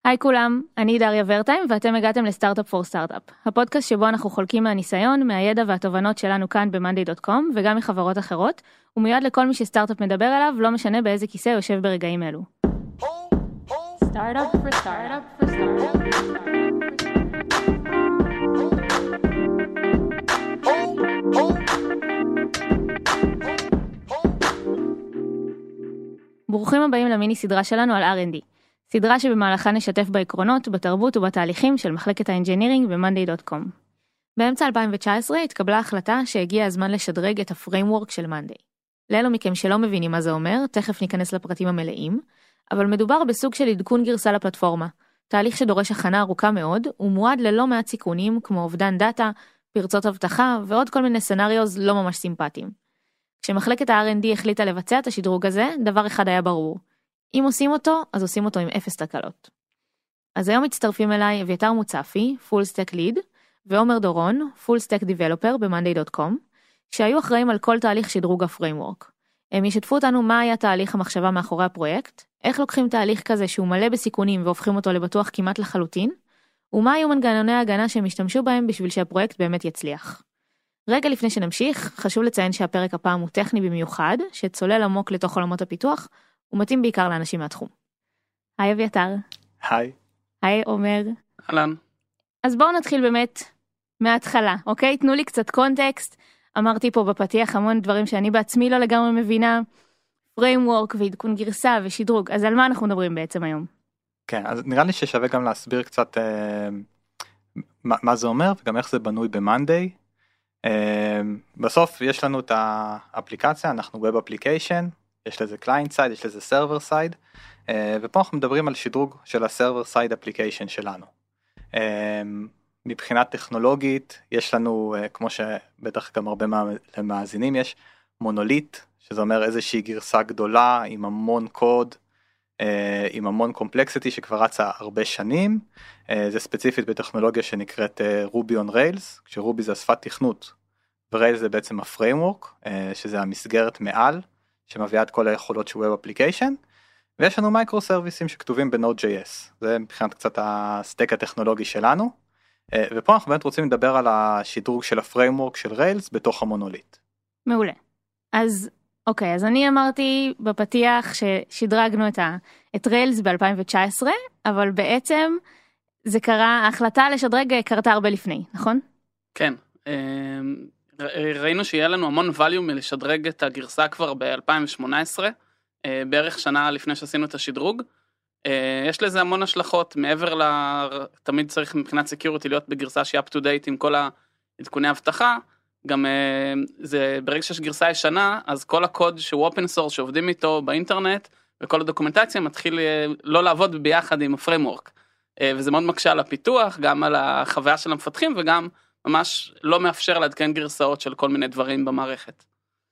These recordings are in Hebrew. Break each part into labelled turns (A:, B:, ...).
A: היי כולם, אני דריה ורטיים ואתם הגעתם לסטארט-אפ פור סטארט-אפ, הפודקאסט שבו אנחנו חולקים מהניסיון, מהידע והתובנות שלנו כאן ב-monday.com וגם מחברות אחרות, ומיועד לכל מי שסטארט-אפ מדבר עליו, לא משנה באיזה כיסא יושב ברגעים אלו. סטארט-אפ פור סטארט-אפ פור סטארט-אפ. ברוכים הבאים למיני סדרה שלנו על R&D. סדרה שבמהלכה נשתף בעקרונות, בתרבות ובתהליכים של מחלקת האנג'ינירינג ב-monday.com. באמצע 2019 התקבלה החלטה שהגיע הזמן לשדרג את הפריימוורק של Monday. לאלו מכם שלא מבינים מה זה אומר, תכף ניכנס לפרטים המלאים, אבל מדובר בסוג של עדכון גרסה לפלטפורמה, תהליך שדורש הכנה ארוכה מאוד, ומועד ללא מעט סיכונים כמו אובדן דאטה, פרצות אבטחה ועוד כל מיני סנריוז לא ממש סימפטיים. כשמחלקת ה-R&D החליטה לבצע את השדרוג הזה, דבר אחד היה ברור. אם עושים אותו, אז עושים אותו עם אפס תקלות. אז היום מצטרפים אליי אביתר מוצפי, Full Stack Lead, ועומר דורון, Full Stack Developer ב-monday.com, שהיו אחראים על כל תהליך שדרוג הפריימוורק. הם ישתפו אותנו מה היה תהליך המחשבה מאחורי הפרויקט, איך לוקחים תהליך כזה שהוא מלא בסיכונים והופכים אותו לבטוח כמעט לחלוטין, ומה היו מנגנוני ההגנה שהם השתמשו בהם בשביל שהפרויקט באמת יצליח. רגע לפני שנמשיך, חשוב לציין שהפרק הפעם הוא טכני במיוחד, שצולל עמוק לתוך עולמות הפיתוח, ומתאים בעיקר לאנשים מהתחום. היי אביתר.
B: היי.
A: היי עומר.
C: אהלן.
A: אז בואו נתחיל באמת מההתחלה, אוקיי? תנו לי קצת קונטקסט. אמרתי פה בפתיח המון דברים שאני בעצמי לא לגמרי מבינה. פריימוורק ועדכון גרסה ושדרוג. אז על מה אנחנו מדברים בעצם היום?
B: כן, אז נראה לי ששווה גם להסביר קצת מה זה אומר וגם איך זה בנוי ב-Monday. בסוף יש לנו את האפליקציה, אנחנו Web Application, יש לזה Client Side, יש לזה Server Side, ופה אנחנו מדברים על שדרוג של ה-Server Side Application שלנו. מבחינה טכנולוגית, יש לנו, כמו שבטח גם הרבה מהמאזינים, יש מונוליט, שזה אומר איזושהי גרסה גדולה עם המון קוד, עם המון קומפלקסיטי שכבר רצה הרבה שנים. זה ספציפית בטכנולוגיה שנקראת Ruby on Rails, כשרובי זה השפת תכנות, וריילס זה בעצם הפריימוורק, שזה המסגרת מעל, שמביאה את כל היכולות של Web Application, ויש לנו מייקרו סרוויסים שכתובים ב-Node.js, זה מבחינת קצת הסטק הטכנולוגי שלנו, ופה אנחנו באמת רוצים לדבר על השדרוג של הפריימוורק של ריילס בתוך המונוליט.
A: מעולה. אז אוקיי, אז אני אמרתי בפתיח ששדרגנו את ריילס ב-2019, אבל בעצם זה קרה, ההחלטה לשדרג קרתה הרבה לפני, נכון?
C: כן. ראינו שיהיה לנו המון value מלשדרג את הגרסה כבר ב-2018, בערך שנה לפני שעשינו את השדרוג. יש לזה המון השלכות, מעבר תמיד צריך מבחינת security להיות בגרסה שהיא up to date עם כל העדכוני הבטחה, גם זה ברגע שיש גרסה ישנה, אז כל הקוד שהוא open source שעובדים איתו באינטרנט, וכל הדוקומנטציה מתחיל לא לעבוד ביחד עם הפריימוורק, וזה מאוד מקשה על הפיתוח, גם על החוויה של המפתחים, וגם ממש לא מאפשר לעדכן גרסאות של כל מיני דברים במערכת.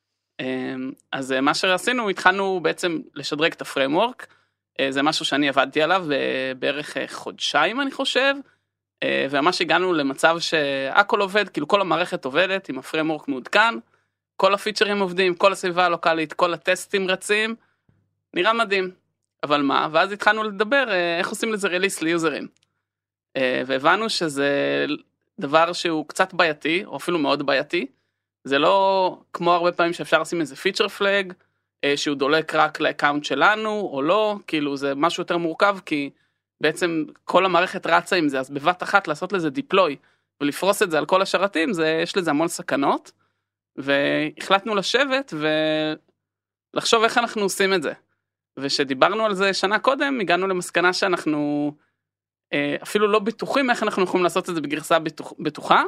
C: אז מה שעשינו, התחלנו בעצם לשדרג את הפריימוורק, זה משהו שאני עבדתי עליו בערך חודשיים אני חושב, וממש הגענו למצב שהכל עובד, כאילו כל המערכת עובדת עם הפריימוורק מעודכן, כל הפיצ'רים עובדים, כל הסביבה הלוקלית, כל הטסטים רצים, נראה מדהים. אבל מה? ואז התחלנו לדבר איך עושים לזה ריליס ליוזרים. והבנו שזה דבר שהוא קצת בעייתי, או אפילו מאוד בעייתי. זה לא כמו הרבה פעמים שאפשר לשים איזה פיצ'ר פלאג, שהוא דולק רק לאקאונט שלנו, או לא, כאילו זה משהו יותר מורכב, כי בעצם כל המערכת רצה עם זה, אז בבת אחת לעשות לזה דיפלוי, ולפרוס את זה על כל השרתים, יש לזה המון סכנות, והחלטנו לשבת ולחשוב איך אנחנו עושים את זה. ושדיברנו על זה שנה קודם, הגענו למסקנה שאנחנו אפילו לא בטוחים איך אנחנו יכולים לעשות את זה בגרסה בטוחה,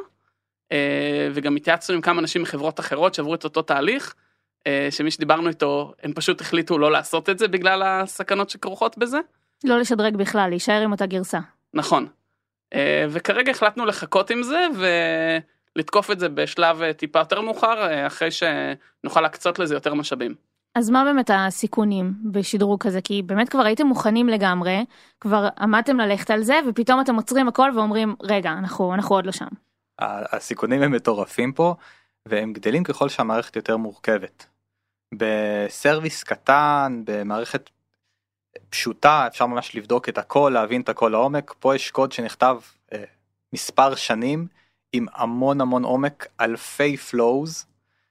C: וגם התייעצנו עם כמה אנשים מחברות אחרות שעברו את אותו תהליך, שמי שדיברנו איתו, הם פשוט החליטו לא לעשות את זה בגלל הסכנות שכרוכות בזה. לא לשדרג בכלל, להישאר עם אותה גרסה. נכון. וכרגע החלטנו לחכות עם זה, ולתקוף את זה בשלב טיפה יותר מאוחר, אחרי שנוכל להקצות לזה יותר משאבים.
A: אז מה באמת הסיכונים בשדרוג כזה? כי באמת כבר הייתם מוכנים לגמרי, כבר עמדתם ללכת על זה, ופתאום אתם עוצרים הכל ואומרים, רגע, אנחנו עוד לא שם.
B: הסיכונים הם מטורפים פה, והם גדלים ככל שהמערכת יותר מורכבת. בסרוויס קטן, במערכת פשוטה, אפשר ממש לבדוק את הכל, להבין את הכל לעומק. פה יש קוד שנכתב מספר שנים, עם המון המון עומק, אלפי flows,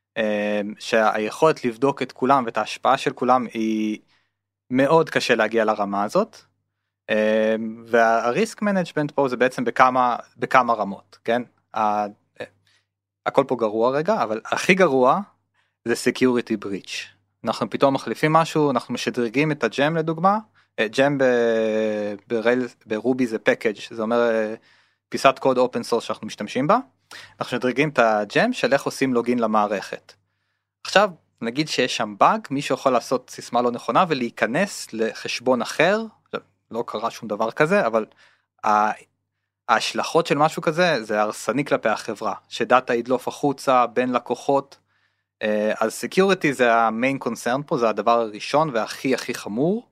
B: שהיכולת לבדוק את כולם ואת ההשפעה של כולם היא מאוד קשה להגיע לרמה הזאת. והריסק מנג'מנט פה זה בעצם בכמה רמות, כן? הכל פה גרוע רגע, אבל הכי גרוע זה security breach. אנחנו פתאום מחליפים משהו, אנחנו משדרגים את הג'ם לדוגמה, ג'ם ברובי זה package, זה אומר פיסת קוד אופן סורס שאנחנו משתמשים בה, אנחנו משדרגים את הג'ם של איך עושים לוגין למערכת. עכשיו נגיד שיש שם באג, מישהו יכול לעשות סיסמה לא נכונה ולהיכנס לחשבון אחר, לא קרה שום דבר כזה, אבל ההשלכות של משהו כזה זה הרסני כלפי החברה, שדאטה ידלוף החוצה בין לקוחות. אז security זה המיין קונצרן פה, זה הדבר הראשון והכי הכי חמור.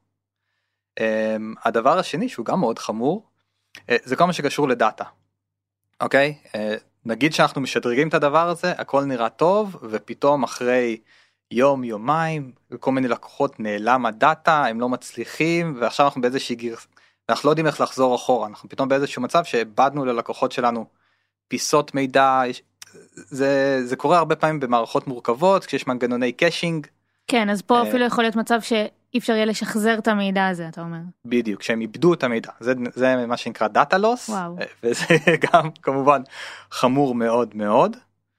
B: הדבר השני שהוא גם מאוד חמור, זה כל מה שקשור לדאטה. אוקיי? נגיד שאנחנו משדרגים את הדבר הזה, הכל נראה טוב, ופתאום אחרי יום, יומיים, וכל מיני לקוחות נעלם הדאטה, הם לא מצליחים, ועכשיו אנחנו באיזושהי גרסה, אנחנו לא יודעים איך לחזור אחורה, אנחנו פתאום באיזשהו מצב שאיבדנו ללקוחות שלנו פיסות מידע, זה קורה הרבה פעמים במערכות מורכבות, כשיש מנגנוני קאשינג.
A: כן, אז פה אפילו יכול להיות מצב שאי אפשר יהיה לשחזר את המידע הזה, אתה אומר.
B: בדיוק, כשהם איבדו את המידע, זה מה שנקרא דאטה לוס, וזה גם כמובן חמור מאוד מאוד.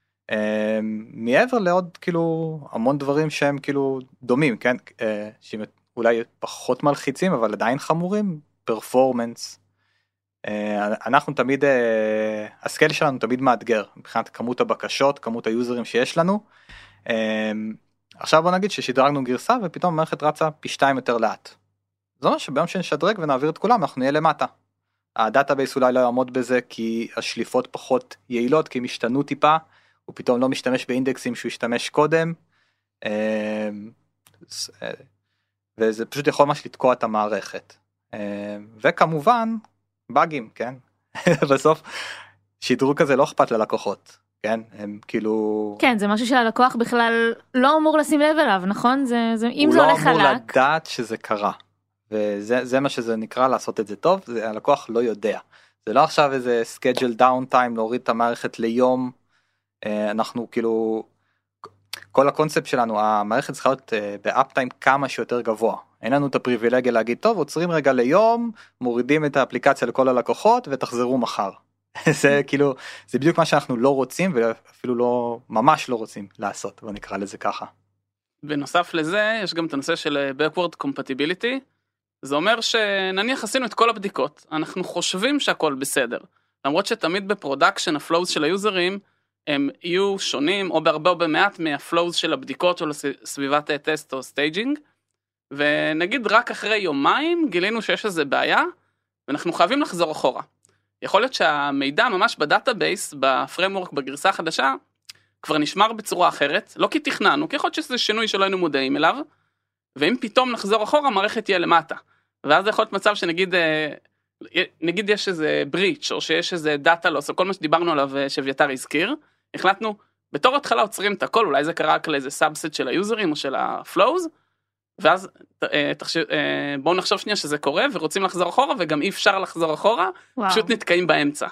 B: מעבר לעוד כאילו המון דברים שהם כאילו דומים, כן? שאולי פחות מלחיצים, אבל עדיין חמורים, פרפורמנס. אנחנו תמיד, הסקייל שלנו תמיד מאתגר, מבחינת כמות הבקשות, כמות היוזרים שיש לנו. עכשיו בוא נגיד ששדרגנו גרסה, ופתאום המערכת רצה פי 2 יותר לאט. זאת אומרת שביום שנשדרג ונעביר את כולם, אנחנו נהיה למטה. הדאטאבייס אולי לא יעמוד בזה, כי השליפות פחות יעילות, כי הם השתנו טיפה, הוא פתאום לא משתמש באינדקסים שהוא השתמש קודם, וזה פשוט יכול ממש לתקוע את המערכת. וכמובן, באגים, כן? בסוף, שדרוג כזה לא אכפת ללקוחות, כן? הם כאילו...
A: כן, זה משהו שהלקוח בכלל לא אמור לשים לב אליו, נכון? אם זה הולך חלק...
B: הוא לא אמור לדעת שזה קרה, וזה מה שזה נקרא לעשות את זה טוב, הלקוח לא יודע. זה לא עכשיו איזה schedule downtime, להוריד את המערכת ליום, אנחנו כאילו, כל הקונספט שלנו, המערכת צריכה להיות באפטיים כמה שיותר גבוה. אין לנו את הפריבילגיה להגיד, טוב, עוצרים רגע ליום, מורידים את האפליקציה לכל הלקוחות ותחזרו מחר. זה כאילו, זה בדיוק מה שאנחנו לא רוצים, ואפילו לא, ממש לא רוצים לעשות, בוא נקרא לזה ככה.
C: בנוסף לזה, יש גם את הנושא של backward compatibility, זה אומר שנניח עשינו את כל הבדיקות, אנחנו חושבים שהכל בסדר, למרות שתמיד בפרודקשן, הפלואוז של היוזרים, הם יהיו שונים, או בהרבה או במעט, מהפלואוז של הבדיקות או לסביבת טסט או סטייג'ינג, ונגיד רק אחרי יומיים גילינו שיש איזה בעיה, ואנחנו חייבים לחזור אחורה. יכול להיות שהמידע ממש בדאטאבייס, בפריימוורק, בגרסה החדשה, כבר נשמר בצורה אחרת, לא כי תכננו, כי יכול להיות שזה שינוי שלא היינו מודעים אליו, ואם פתאום נחזור אחורה, המערכת תהיה למטה. ואז זה יכול להיות מצב שנגיד יש איזה בריץ', או שיש איזה דאטה לוס, או כל מה שדיברנו עליו שוויתר הזכיר, החלטנו, בתור התחלה עוצרים את הכל, אולי זה קרה רק לאיזה סאבסט של היוזרים, או של הפלואוז, ואז בואו נחשוב שנייה שזה קורה, ורוצים לחזור אחורה, וגם אי אפשר לחזור אחורה, פשוט נתקעים באמצע.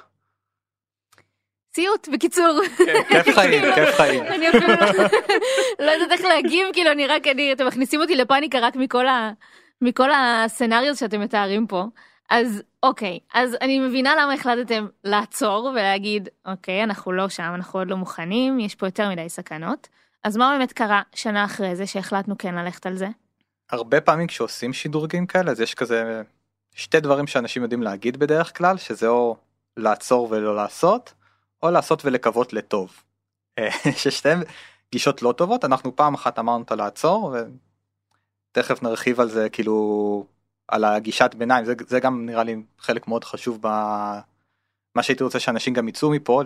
A: סיוט, בקיצור.
B: כיף חיים, כיף חיים.
A: אני אפילו לא יודעת איך להגיב, כאילו אתם מכניסים אותי לפאניקה רק מכל הסצנריוז שאתם מתארים פה. אז אוקיי, אז אני מבינה למה החלטתם לעצור ולהגיד, אוקיי, אנחנו לא שם, אנחנו עוד לא מוכנים, יש פה יותר מדי סכנות. אז מה באמת קרה שנה אחרי זה שהחלטנו כן ללכת על זה?
B: הרבה פעמים כשעושים שדרוגים כאלה, אז יש כזה שתי דברים שאנשים יודעים להגיד בדרך כלל, שזה או לעצור ולא לעשות, או לעשות ולקוות לטוב. ששתיהן גישות לא טובות, אנחנו פעם אחת אמרנו אותה לעצור, ותכף נרחיב על זה כאילו, על הגישת ביניים, זה גם נראה לי חלק מאוד חשוב מה שהייתי רוצה שאנשים גם יצאו מפה,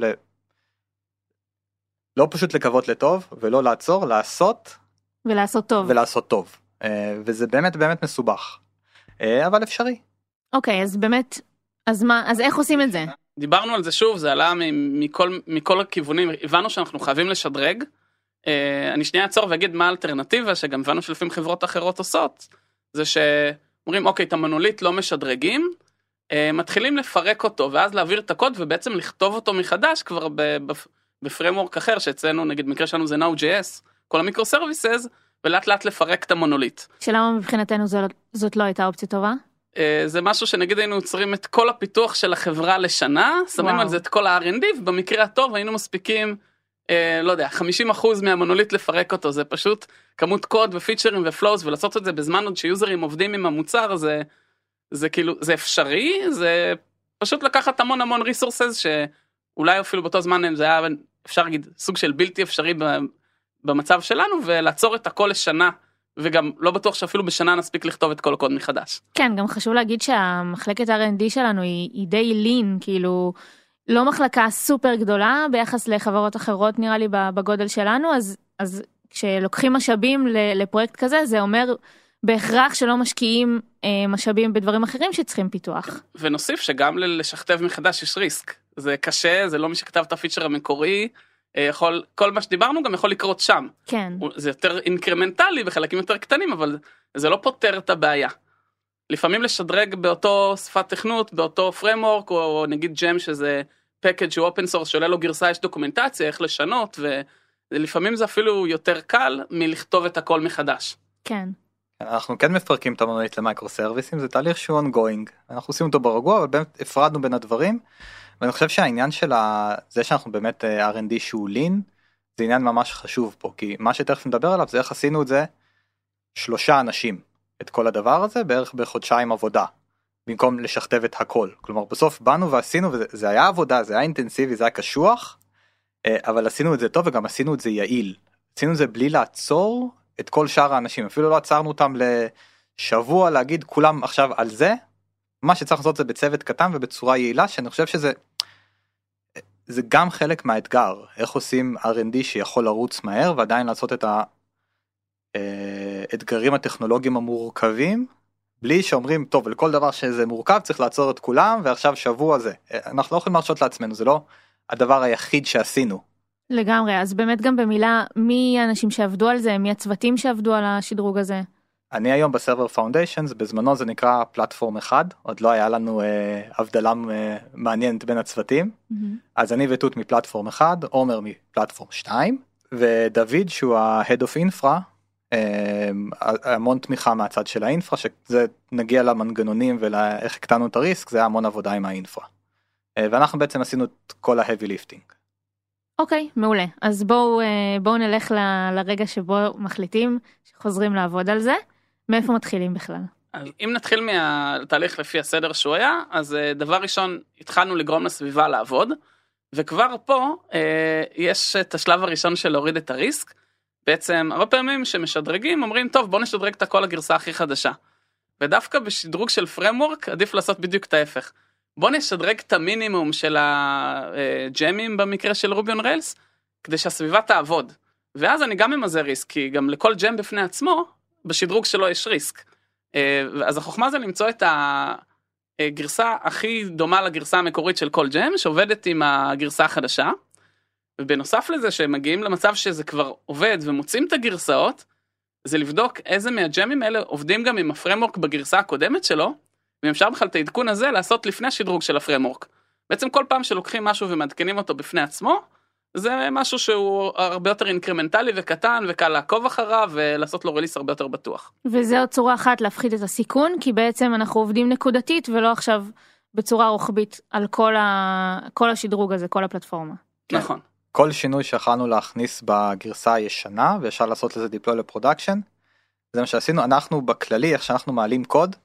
B: לא פשוט לקוות לטוב, ולא לעצור, לעשות.
A: ולעשות טוב.
B: ולעשות טוב. וזה באמת באמת מסובך. אבל אפשרי.
A: אוקיי, אז באמת, אז איך עושים את זה?
C: דיברנו על זה שוב, זה עלה מכל הכיוונים, הבנו שאנחנו חייבים לשדרג, אני שנייה אעצור ואגיד מה האלטרנטיבה, שגם הבנו שלפעמים חברות אחרות עושות, זה אומרים אוקיי, את המונוליט לא משדרגים, מתחילים לפרק אותו, ואז להעביר את הקוד, ובעצם לכתוב אותו מחדש, כבר בפריימוורק אחר, שאצלנו, נגיד, מקרה שלנו זה Node.js, כל המיקרו-סרוויסס, ולאט לאט לפרק את המונוליט.
A: שלמה מבחינתנו זאת לא הייתה אופציה טובה?
C: זה משהו שנגיד היינו יוצרים את כל הפיתוח של החברה לשנה, שמים על זה את כל ה-R&D, ובמקרה הטוב היינו מספיקים, לא יודע, 50% מהמונוליט לפרק אותו, זה פשוט כמות קוד ופיצ'רים ופלואוס, ולעשות את זה בזמן עוד שיוזרים עובדים עם המוצר, זה כאילו, זה אפשרי, זה פשוט לקחת המון ריסורסס, שאולי אפילו באותו זמן זה היה, אפשר להגיד, סוג של בלתי אפשרי במצב שלנו, ולעצור את הכל לשנה, וגם לא בטוח שאפילו בשנה נספיק לכתוב את כל הקוד מחדש.
A: כן, גם חשוב להגיד שהמחלקת R&D שלנו היא די לין, כאילו לא מחלקה סופר גדולה ביחס לחברות אחרות נראה לי בגודל שלנו, אז כשלוקחים משאבים לפרויקט כזה, זה אומר בהכרח שלא משקיעים משאבים בדברים אחרים שצריכים פיתוח.
C: ונוסיף שגם לשכתב מחדש יש ריסק, זה קשה, זה לא מי שכתב את הפיצ'ר המקורי, כל מה שדיברנו גם יכול לקרות שם.
A: כן.
C: זה יותר אינקרמנטלי בחלקים יותר קטנים, אבל זה לא פותר את הבעיה. לפעמים לשדרג באותו שפת תכנות, באותו framework, או נגיד ג'ם שזה package שהוא open source, שעולה לו גרסה, יש דוקומנטציה, איך לשנות, ולפעמים זה אפילו יותר קל מלכתוב את הכל מחדש.
A: כן.
B: אנחנו כן מפרקים את המונוליט למיקרו סרוויסים, זה תהליך שהוא ongoing. אנחנו עושים אותו ברגוע, אבל באמת הפרדנו בין הדברים, ואני חושב שהעניין של זה שאנחנו באמת R&D שהוא לין, זה עניין ממש חשוב פה, כי מה שתכף נדבר עליו זה איך עשינו את זה 3 אנשים, את כל הדבר הזה בערך בחודשיים עבודה, במקום לשכתב את הכל. כלומר בסוף באנו ועשינו, וזה היה עבודה, זה היה אינטנסיבי, זה היה קשוח, אבל עשינו את זה טוב וגם עשינו את זה יעיל. עשינו את זה בלי לעצור את כל שאר האנשים, אפילו לא עצרנו אותם לשבוע להגיד כולם עכשיו על זה, מה שצריך לעשות זה בצוות קטן ובצורה יעילה, שאני חושב שזה גם חלק מהאתגר, איך עושים R&D שיכול לרוץ מהר, ועדיין לעשות את האתגרים הטכנולוגיים המורכבים, בלי שאומרים, טוב, לכל דבר שזה מורכב צריך לעצור את כולם, ועכשיו שבוע זה. אנחנו לא יכולים להרשות לעצמנו, זה לא הדבר היחיד שעשינו.
A: לגמרי, אז באמת גם במילה, מי האנשים שעבדו על זה, מי הצוותים שעבדו על השדרוג הזה?
B: אני היום בסרבר פאונדיישנס, בזמנו זה נקרא פלטפורם 1, עוד לא היה לנו הבדלה מעניינת בין הצוותים, אז אני ותות מפלטפורם 1, עומר מפלטפורם 2, ודוד שהוא ה-Head of Infra, המון תמיכה מהצד של האינפרה, שזה נגיע למנגנונים ולאיך הקטנו את הריסק, זה היה המון עבודה עם האינפרה. ואנחנו בעצם עשינו את כל ה-heavy lifting.
A: אוקיי, מעולה. אז בואו נלך לרגע שבו מחליטים שחוזרים לעבוד על זה. מאיפה מתחילים בכלל?
C: אז אם נתחיל מהתהליך לפי הסדר שהוא היה, אז דבר ראשון, התחלנו לגרום לסביבה לעבוד, וכבר פה יש את השלב הראשון של להוריד את הריסק. בעצם הרבה פעמים שמשדרגים אומרים, טוב, בואו נשדרג את כל הגרסה הכי חדשה. ודווקא בשדרוג של פריימוורק עדיף לעשות בדיוק את ההפך. בואו נשדרג את המינימום של הג'מים במקרה של רובי און ריילס, כדי שהסביבה תעבוד. ואז אני גם ממזער ריסק, כי גם לכל ג'ם בפני עצמו, בשדרוג שלו יש ריסק. אז החוכמה זה למצוא את הגרסה הכי דומה לגרסה המקורית של כל ג'ם, שעובדת עם הגרסה החדשה, ובנוסף לזה שמגיעים למצב שזה כבר עובד ומוצאים את הגרסאות, זה לבדוק איזה מהג'מים האלה עובדים גם עם הפריימוורק בגרסה הקודמת שלו, ואם אפשר בכלל את העדכון הזה לעשות לפני השדרוג של הפריימוורק. בעצם כל פעם שלוקחים משהו ומעדכנים אותו בפני עצמו, זה משהו שהוא הרבה יותר אינקרמנטלי וקטן וקל לעקוב אחריו ולעשות לו רליס הרבה יותר בטוח.
A: וזה עוד צורה אחת להפחית את הסיכון, כי בעצם אנחנו עובדים נקודתית ולא עכשיו בצורה רוחבית על כל השדרוג הזה, כל הפלטפורמה.
C: נכון.
B: כל שינוי שיכולנו להכניס בגרסה הישנה, ואפשר לעשות לזה דיפלוי לפרודקשן, זה מה שעשינו. אנחנו בכללי, איך שאנחנו מעלים קוד,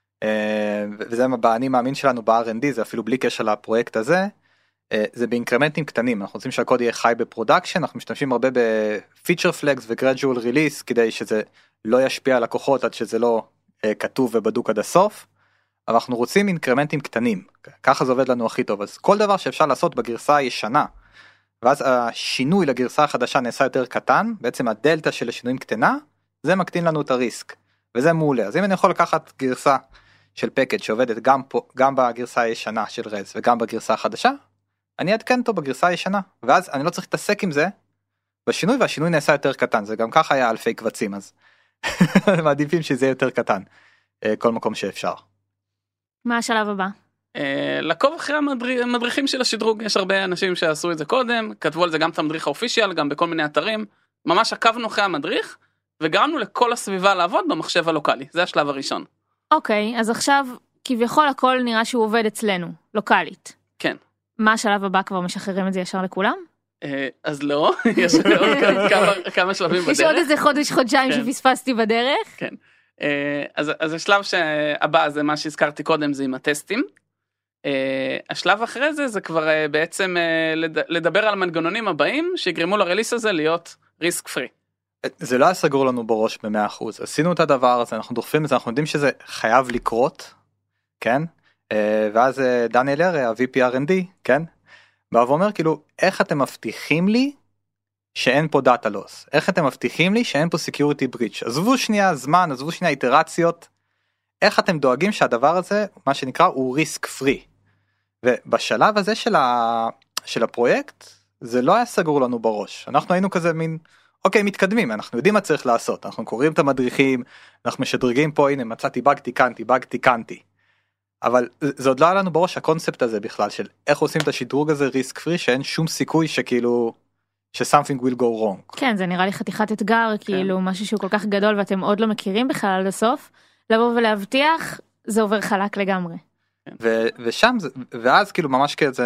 B: וזה אני מאמין שלנו ב-R&D, זה אפילו בלי קשר לפרויקט הזה, זה באינקרמנטים קטנים. אנחנו רוצים שהקוד יהיה חי בפרודקשן, אנחנו משתמשים הרבה בפיצ'ר פלגס וגרדואל ריליס, כדי שזה לא ישפיע על לקוחות עד שזה לא כתוב ובדוק עד הסוף, אבל אנחנו רוצים אינקרמנטים קטנים, ככה זה עובד לנו הכי טוב. אז כל דבר שאפשר לעשות בגרסה הישנה, ואז השינוי לגרסה החדשה נעשה יותר קטן, בעצם הדלטה של השינויים קטנה, זה מקטין לנו את הריסק, וזה מעולה. אז אם אני יכול לקחת גרסה של פקד שעובדת גם בגרסה הישנה של רז וגם בגרסה החדשה, אני אעדכן אותו בגרסה הישנה, ואז אני לא צריך להתעסק עם זה בשינוי, והשינוי נעשה יותר קטן. זה גם ככה היה אלפי קבצים, אז מעדיפים שזה יהיה יותר קטן. כל מקום שאפשר.
A: מה השלב הבא?
C: לעקוב אחרי המדריכים של השדרוג, יש הרבה אנשים שעשו את זה קודם, כתבו על זה גם את המדריך האופישיאל, גם בכל מיני אתרים, ממש עקבנו אחרי המדריך, וגרמנו לכל הסביבה לעבוד במחשב הלוקלי, זה השלב הראשון.
A: אוקיי, אז עכשיו כביכול הכל נראה שהוא עובד אצלנו, לוקלית.
C: כן.
A: מה השלב הבא, כבר משחררים את זה ישר לכולם?
C: אז לא, יש עוד כמה שלבים בדרך.
A: יש עוד איזה חודשיים
C: כן.
A: שפספסתי בדרך.
C: כן. אז השלב הבא זה מה שהזכרתי קודם, זה עם הטסטים. השלב אחרי זה זה כבר בעצם לדבר על המנגנונים הבאים שיגרמו לרליס הזה להיות ריסק פרי.
B: זה לא היה סגור לנו בראש ב100%, עשינו את הדבר הזה, אנחנו דוחפים את זה, אנחנו יודעים שזה חייב לקרות, כן? ואז דניאל ארי, ה-VP R&D, כן? בא ואומר כאילו, איך אתם מבטיחים לי שאין פה דאטה לוס? איך אתם מבטיחים לי שאין פה security breach? עזבו שנייה זמן, עזבו שנייה איטרציות, איך אתם דואגים שהדבר הזה, מה שנקרא, הוא ריסק פרי? ובשלב הזה של הפרויקט, זה לא היה סגור לנו בראש. אנחנו היינו כזה מין, אוקיי, מתקדמים, אנחנו יודעים מה צריך לעשות, אנחנו קוראים את המדריכים, אנחנו משדרגים פה, הנה, מצאתי באג, תיקנתי. אבל זה עוד לא היה לנו בראש הקונספט הזה בכלל, של איך עושים את השדרוג הזה ריסק פרי, שאין שום סיכוי שכאילו, ש-something will go wrong.
A: כן, זה נראה לי חתיכת אתגר, כאילו משהו שהוא כל כך גדול, ואתם עוד לא מכירים בכלל עד הסוף, לבוא ולהבטיח, זה עובר חלק לגמרי.
B: ושם, ואז כאילו ממש כזה,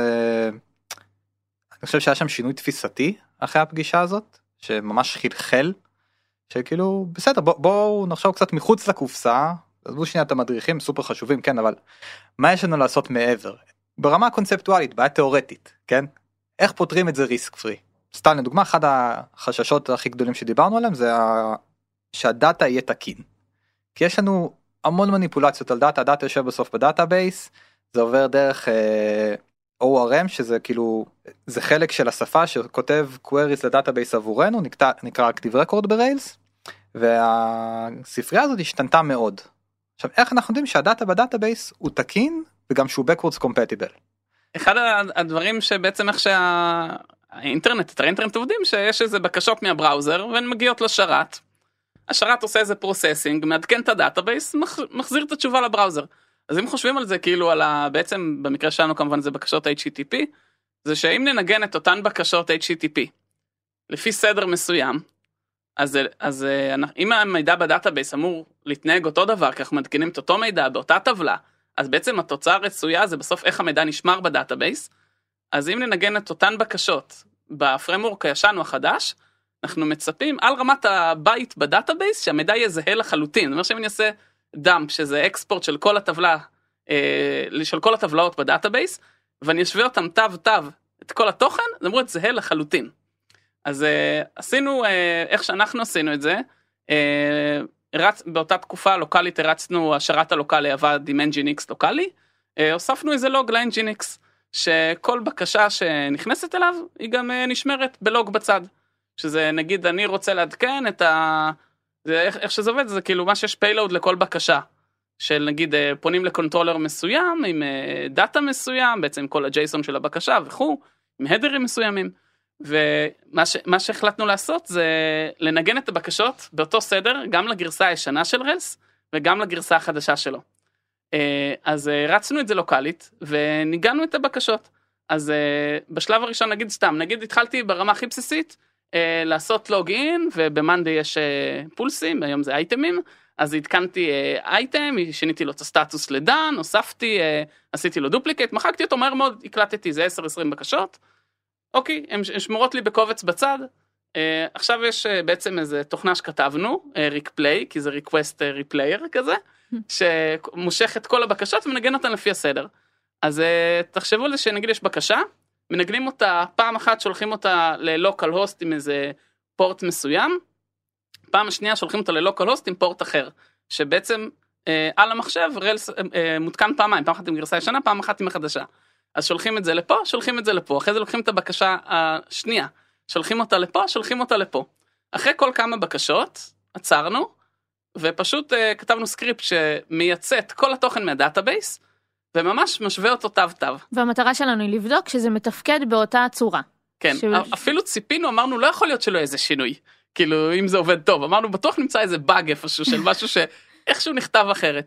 B: אני חושב שהיה שם שינוי תפיסתי, אחרי הפגישה הזאת, שממש חלחל, שכאילו, בסדר, בואו נחשוב קצת מחוץ לקופסה, עזבו שנייה את המדריכים, סופר חשובים, כן, אבל מה יש לנו לעשות מעבר? ברמה הקונספטואלית, בעיה תיאורטית, כן? איך פותרים את זה ריסק פרי? סתם לדוגמה, אחד החששות הכי גדולים שדיברנו עליהם, זה שהדאטה יהיה תקין. כי יש לנו המון מניפולציות על דאטה, הדאטה יושב בסוף בדאטאבייס, זה עובר דרך ORM, שזה כאילו, זה חלק של השפה שכותב queries לדאטאבייס עבורנו, נקרא Active Record בריילס, והספרייה הזאת השתנתה מאוד. עכשיו, איך אנחנו יודעים שהדאטה בדאטאבייס הוא תקין, וגם שהוא backwards compatible?
C: אחד הדברים שבעצם איך האינטרנט עובדים, שיש איזה בקשות מהבראוזר, והן מגיעות לשרת. השרת עושה איזה פרוססינג, מעדכן את הדאטאבייס, מחזיר את התשובה לבראוזר. אז אם חושבים על זה כאילו בעצם במקרה שלנו כמובן זה בקשות HTTP, זה שאם ננגן את אותן בקשות HTTP, לפי סדר מסוים, אז אם המידע בדאטאבייס אמור להתנהג אותו דבר, כי אנחנו מדגנים את אותו מידע באותה טבלה, אז בעצם התוצאה הרצויה זה בסוף איך המידע נשמר בדאטאבייס, אז אם ננגן את אותן בקשות בפרמורק הישן או החדש, אנחנו מצפים על רמת הבית בדאטאבייס שהמידע יהיה זהה לחלוטין. זאת אומרת שאם אני אעשה דאמפ, שזה אקספורט של כל הטבלה, של כל הטבלאות בדאטאבייס, ואני אשווה אותם תו, את כל התוכן, זה אמור להיות זהה לחלוטין. אז עשינו, איך שאנחנו עשינו את זה, באותה תקופה לוקלית הרצנו, השרת הלוקלי עבד עם Nginx לוקלי, הוספנו איזה לוג ל-Nginx, שכל בקשה שנכנסת אליו, היא גם נשמרת בלוג בצד. שזה נגיד אני רוצה לעדכן את איך שזה עובד, זה כאילו מה שיש פיילוד לכל בקשה, של נגיד פונים לקונטרולר מסוים, עם דאטה מסוים, בעצם כל הג'ייסון של הבקשה וכו', עם הדרים מסוימים, ומה שהחלטנו לעשות זה לנגן את הבקשות באותו סדר, גם לגרסה הישנה של רלס, וגם לגרסה החדשה שלו. אז רצנו את זה לוקלית, וניגענו את הבקשות. אז בשלב הראשון נגיד התחלתי ברמה הכי בסיסית, לעשות לוגין, ובמנדי יש פולסים, היום זה אייטמים, אז התקנתי אייטם, שיניתי לו את הסטטוס לדן, הוספתי, עשיתי לו דופליקט, מחקתי אותו מהר מאוד, הקלטתי, זה 10-20 בקשות, אוקיי, הן שמורות לי בקובץ בצד, עכשיו יש בעצם איזה תוכנה שכתבנו, replay, כי זה request replayer כזה, שמושך את כל הבקשות ומנגן אותן לפי הסדר. אז תחשבו על זה שנגיד יש בקשה, מנגנים אותה פעם אחת, שולחים אותה ללוקל הוסט עם איזה פורט מסוים, פעם השנייה שולחים אותה ללוקל הוסט עם פורט אחר, שבעצם על המחשב רלס מותקן פעמיים, פעם אחת עם גרסה ישנה, פעם אחת עם החדשה. אז שולחים את זה לפה, שולחים את זה לפה, אחרי זה לוקחים את הבקשה השנייה, שולחים אותה לפה, שולחים אותה לפה. אחרי כל כמה בקשות, עצרנו, ופשוט כתבנו סקריפט שמייצא את כל התוכן מהדאטאבייס, וממש משווה אותו תו.
A: והמטרה שלנו היא לבדוק שזה מתפקד באותה צורה.
C: כן, אפילו ציפינו, אמרנו, לא יכול להיות שלא איזה שינוי. כאילו, אם זה עובד טוב, אמרנו, בטוח נמצא איזה באג איפשהו של משהו שאיכשהו נכתב אחרת.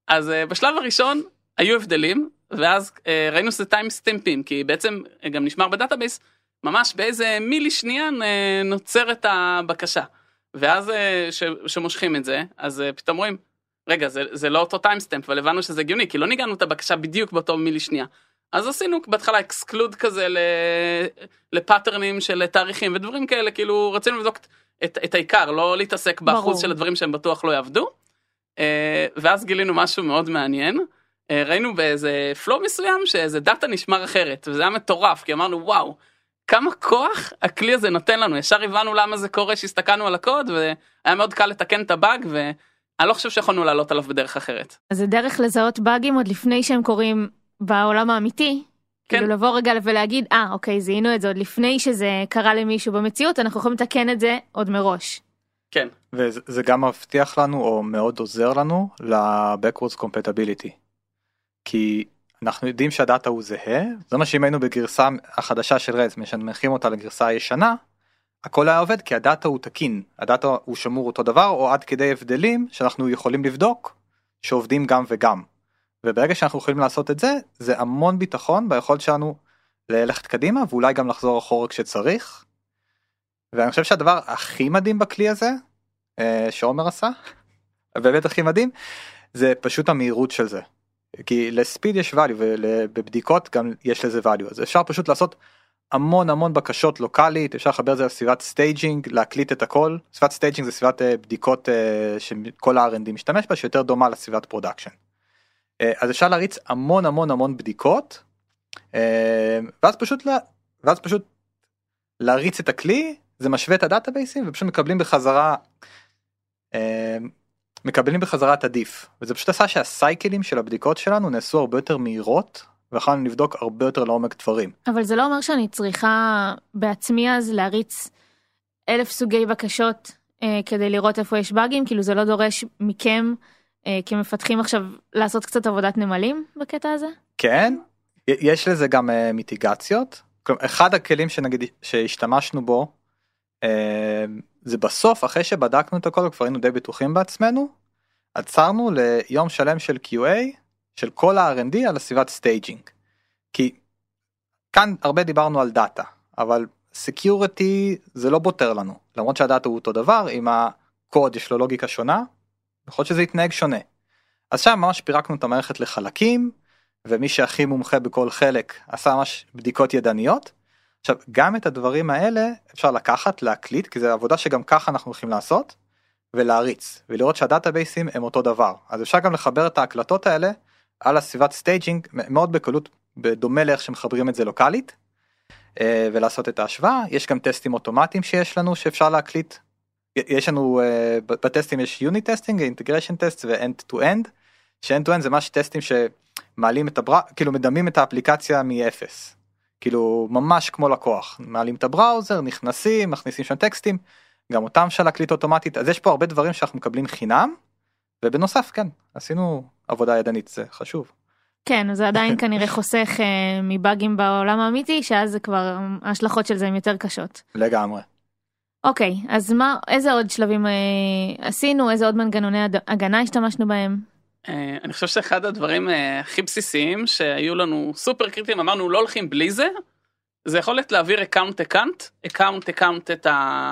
C: אז בשלב הראשון היו הבדלים, ואז ראינו שזה טיים סטמפים, כי בעצם גם נשמר בדאטאבייס, ממש באיזה מילי שנייה נוצרת הבקשה. ואז שמושכים את זה, אז פתאום רואים, רגע, זה לא אותו טיימסטמפ, אבל הבנו שזה הגיוני, כי לא ניגענו את הבקשה בדיוק באותו מילי שנייה. אז עשינו בהתחלה אקסקלוד כזה לפאטרנים של תאריכים ודברים כאלה, כאילו רצינו לבדוק את העיקר, לא להתעסק באחוז של הדברים שהם בטוח לא יעבדו. ואז גילינו משהו מאוד מעניין, ראינו באיזה פלואו מסוים שאיזה דאטה נשמר אחרת, וזה היה מטורף, כי אמרנו וואו, כמה כוח הכלי הזה נותן לנו, ישר הבנו למה זה קורה שהסתכלנו על הקוד, והיה מאוד קל לתקן את הבאג, ואני לא חושב שיכולנו לעלות עליו בדרך אחרת.
A: אז זה דרך לזהות באגים עוד לפני שהם קורים בעולם האמיתי, כן. כאילו לבוא רגע ולהגיד, אוקיי, זיהינו את זה עוד לפני שזה קרה למישהו במציאות, אנחנו יכולים לתקן את זה עוד מראש.
C: כן.
B: וזה גם מבטיח לנו, או מאוד עוזר לנו, ל-Backwards Compatibility. כי אנחנו יודעים שהדאטה הוא זהה, זה מה שאם היינו בגרסה החדשה של רדס, משנמכים אותה לגרסה הישנה, הכל היה עובד כי הדאטה הוא תקין, הדאטה הוא שמור אותו דבר, או עד כדי הבדלים שאנחנו יכולים לבדוק, שעובדים גם וגם. וברגע שאנחנו יכולים לעשות את זה, זה המון ביטחון ביכולת שלנו ללכת קדימה, ואולי גם לחזור אחורה כשצריך. ואני חושב שהדבר הכי מדהים בכלי הזה, שעומר עשה, באמת הכי מדהים, זה פשוט המהירות של זה. כי לספיד יש value, ובבדיקות גם יש לזה value. אז אפשר פשוט לעשות המון בקשות לוקלית, אפשר לחבר את זה לסביבת סטייג'ינג, להקליט את הכל. סביבת סטייג'ינג זה סביבת בדיקות שכל ה-R&D משתמש בה, שיותר דומה לסביבת פרודקשן. אז אפשר להריץ המון בדיקות, ואז פשוט להריץ את הכלי, זה משווה את הדאטאבייסים, ופשוט מקבלים בחזרה את הדיף, וזה פשוט עשה שהסייקלים של הבדיקות שלנו נעשו הרבה יותר מהירות, ויכולנו לבדוק הרבה יותר לעומק דברים.
A: אבל זה לא אומר שאני צריכה בעצמי אז להריץ 1000 סוגי בקשות כדי לראות איפה יש באגים, כאילו זה לא דורש מכם כמפתחים עכשיו לעשות קצת עבודת נמלים בקטע הזה?
B: כן, יש לזה גם מיטיגציות. אחד הכלים שהשתמשנו בו, זה בסוף, אחרי שבדקנו את הכל, כבר היינו די בטוחים בעצמנו, עצרנו ליום שלם של QA, של כל ה-R&D על הסביבת סטייג'ינג. כי כאן הרבה דיברנו על דאטה, אבל סקיוריטי זה לא בוטר לנו, למרות שהדאטה הוא אותו דבר, אם הקוד יש לו לוגיקה שונה, יכול להיות שזה יתנהג שונה. אז שם ממש פירקנו את המערכת לחלקים, ומי שהכי מומחה בכל חלק עשה ממש בדיקות ידניות. עכשיו, גם את הדברים האלה אפשר לקחת, להקליט, כי זו עבודה שגם ככה אנחנו הולכים לעשות, ולהריץ, ולראות שהדאטאבייסים הם אותו דבר. אז אפשר גם לחבר את ההקלטות האלה על הסביבת סטייג'ינג, מאוד בקלות, בדומה לאיך שמחברים את זה לוקלית, ולעשות את ההשוואה. יש גם טסטים אוטומטיים שיש לנו, שאפשר להקליט. יש לנו, בטסטים יש יוניט טסטינג, אינטגריישן טסט ו-end to end, ש-end to end זה ממש טסטים שמעלים את כאילו מדמים את האפליקציה מ-0. כאילו ממש כמו לקוח, מעלים את הבראוזר, נכנסים, מכניסים שם טקסטים, גם אותם אפשר להקליט אוטומטית, אז יש פה הרבה דברים שאנחנו מקבלים חינם, ובנוסף כן, עשינו עבודה ידנית, זה חשוב.
A: כן, זה עדיין כנראה חוסך מבאגים בעולם האמיתי, שאז זה כבר, ההשלכות של זה הן יותר קשות.
B: לגמרי.
A: אוקיי, אז איזה עוד שלבים עשינו, איזה עוד מנגנוני הגנה השתמשנו בהם?
C: אני חושב שאחד הדברים הכי בסיסיים שהיו לנו סופר קריטיים, אמרנו לא הולכים בלי זה, זה יכולת להעביר אקאונט את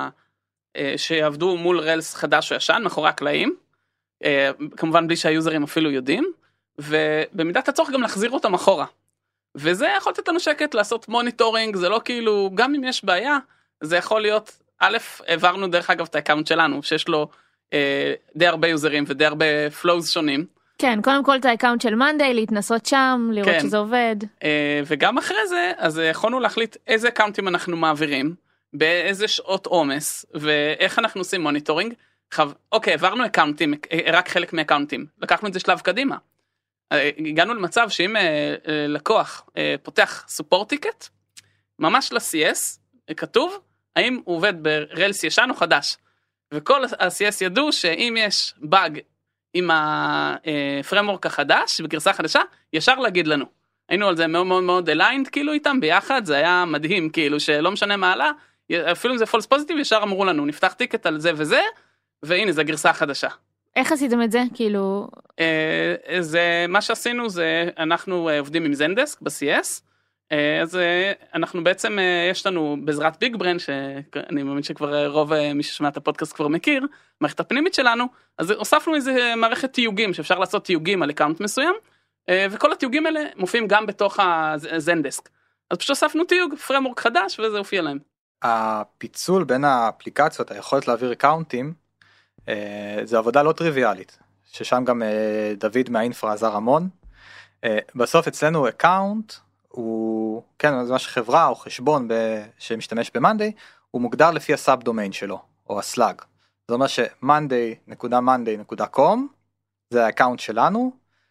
C: שיעבדו מול רלס חדש או ישן, מאחורי הקלעים, כמובן בלי שהיוזרים אפילו יודעים, ובמידת הצורך גם להחזיר אותם אחורה. וזה יכול לתת לנו שקט לעשות מוניטורינג, זה לא כאילו, גם אם יש בעיה, זה יכול להיות, א', העברנו דרך אגב את האקאונט שלנו, שיש לו די הרבה יוזרים ודי הרבה פלואוז שונים.
A: כן, קודם כל את האקאונט של מאנדיי, להתנסות שם, לראות כן. שזה עובד.
C: וגם אחרי זה, אז יכולנו להחליט איזה אקאונטים אנחנו מעבירים, באיזה שעות עומס, ואיך אנחנו עושים מוניטורינג. אוקיי, העברנו אקאונטים, רק חלק מאקאונטים, לקחנו את זה שלב קדימה. הגענו למצב שאם לקוח פותח סופורט טיקט, ממש ל-CS, כתוב, האם הוא עובד ברלס ישן או חדש. וכל ה-CS ידעו שאם יש באג עם הפרמורק החדש, בגרסה חדשה, ישר להגיד לנו. היינו על זה מאוד מאוד מאוד aligned, כאילו איתם ביחד, זה היה מדהים, כאילו שלא משנה מעלה, אפילו אם זה false positive, ישר אמרו לנו, נפתח טיקט על זה וזה, והנה, זה גרסה חדשה.
A: איך עשיתם את זה? כאילו...
C: זה, מה שעשינו זה, אנחנו עובדים עם זנדסק ב-CS, אז אנחנו בעצם, יש לנו בעזרת ביג ברן, שאני מאמין שכבר רוב מי ששמע את הפודקאסט כבר מכיר, מערכת הפנימית שלנו, אז הוספנו איזה מערכת תיוגים, שאפשר לעשות תיוגים על אקאונט מסוים, וכל התיוגים האלה מופיעים גם בתוך הזנדסק. אז פשוט הוספנו תיוג, פרמורק חדש, וזה הופיע להם.
B: הפיצול בין האפליקציות, היכולת להעביר אקאונטים, זה עבודה לא טריוויאלית, ששם גם דוד מהאינפרה עזר המון. בסוף אצלנו אקאונט, הוא, כן, זה מה שחברה או חשבון שמשתמש במאנדיי, הוא מוגדר לפי הסאב דומיין שלו, או הסלאג. זאת אומרת ש-monday.monday.com, זה האקאונט שלנו,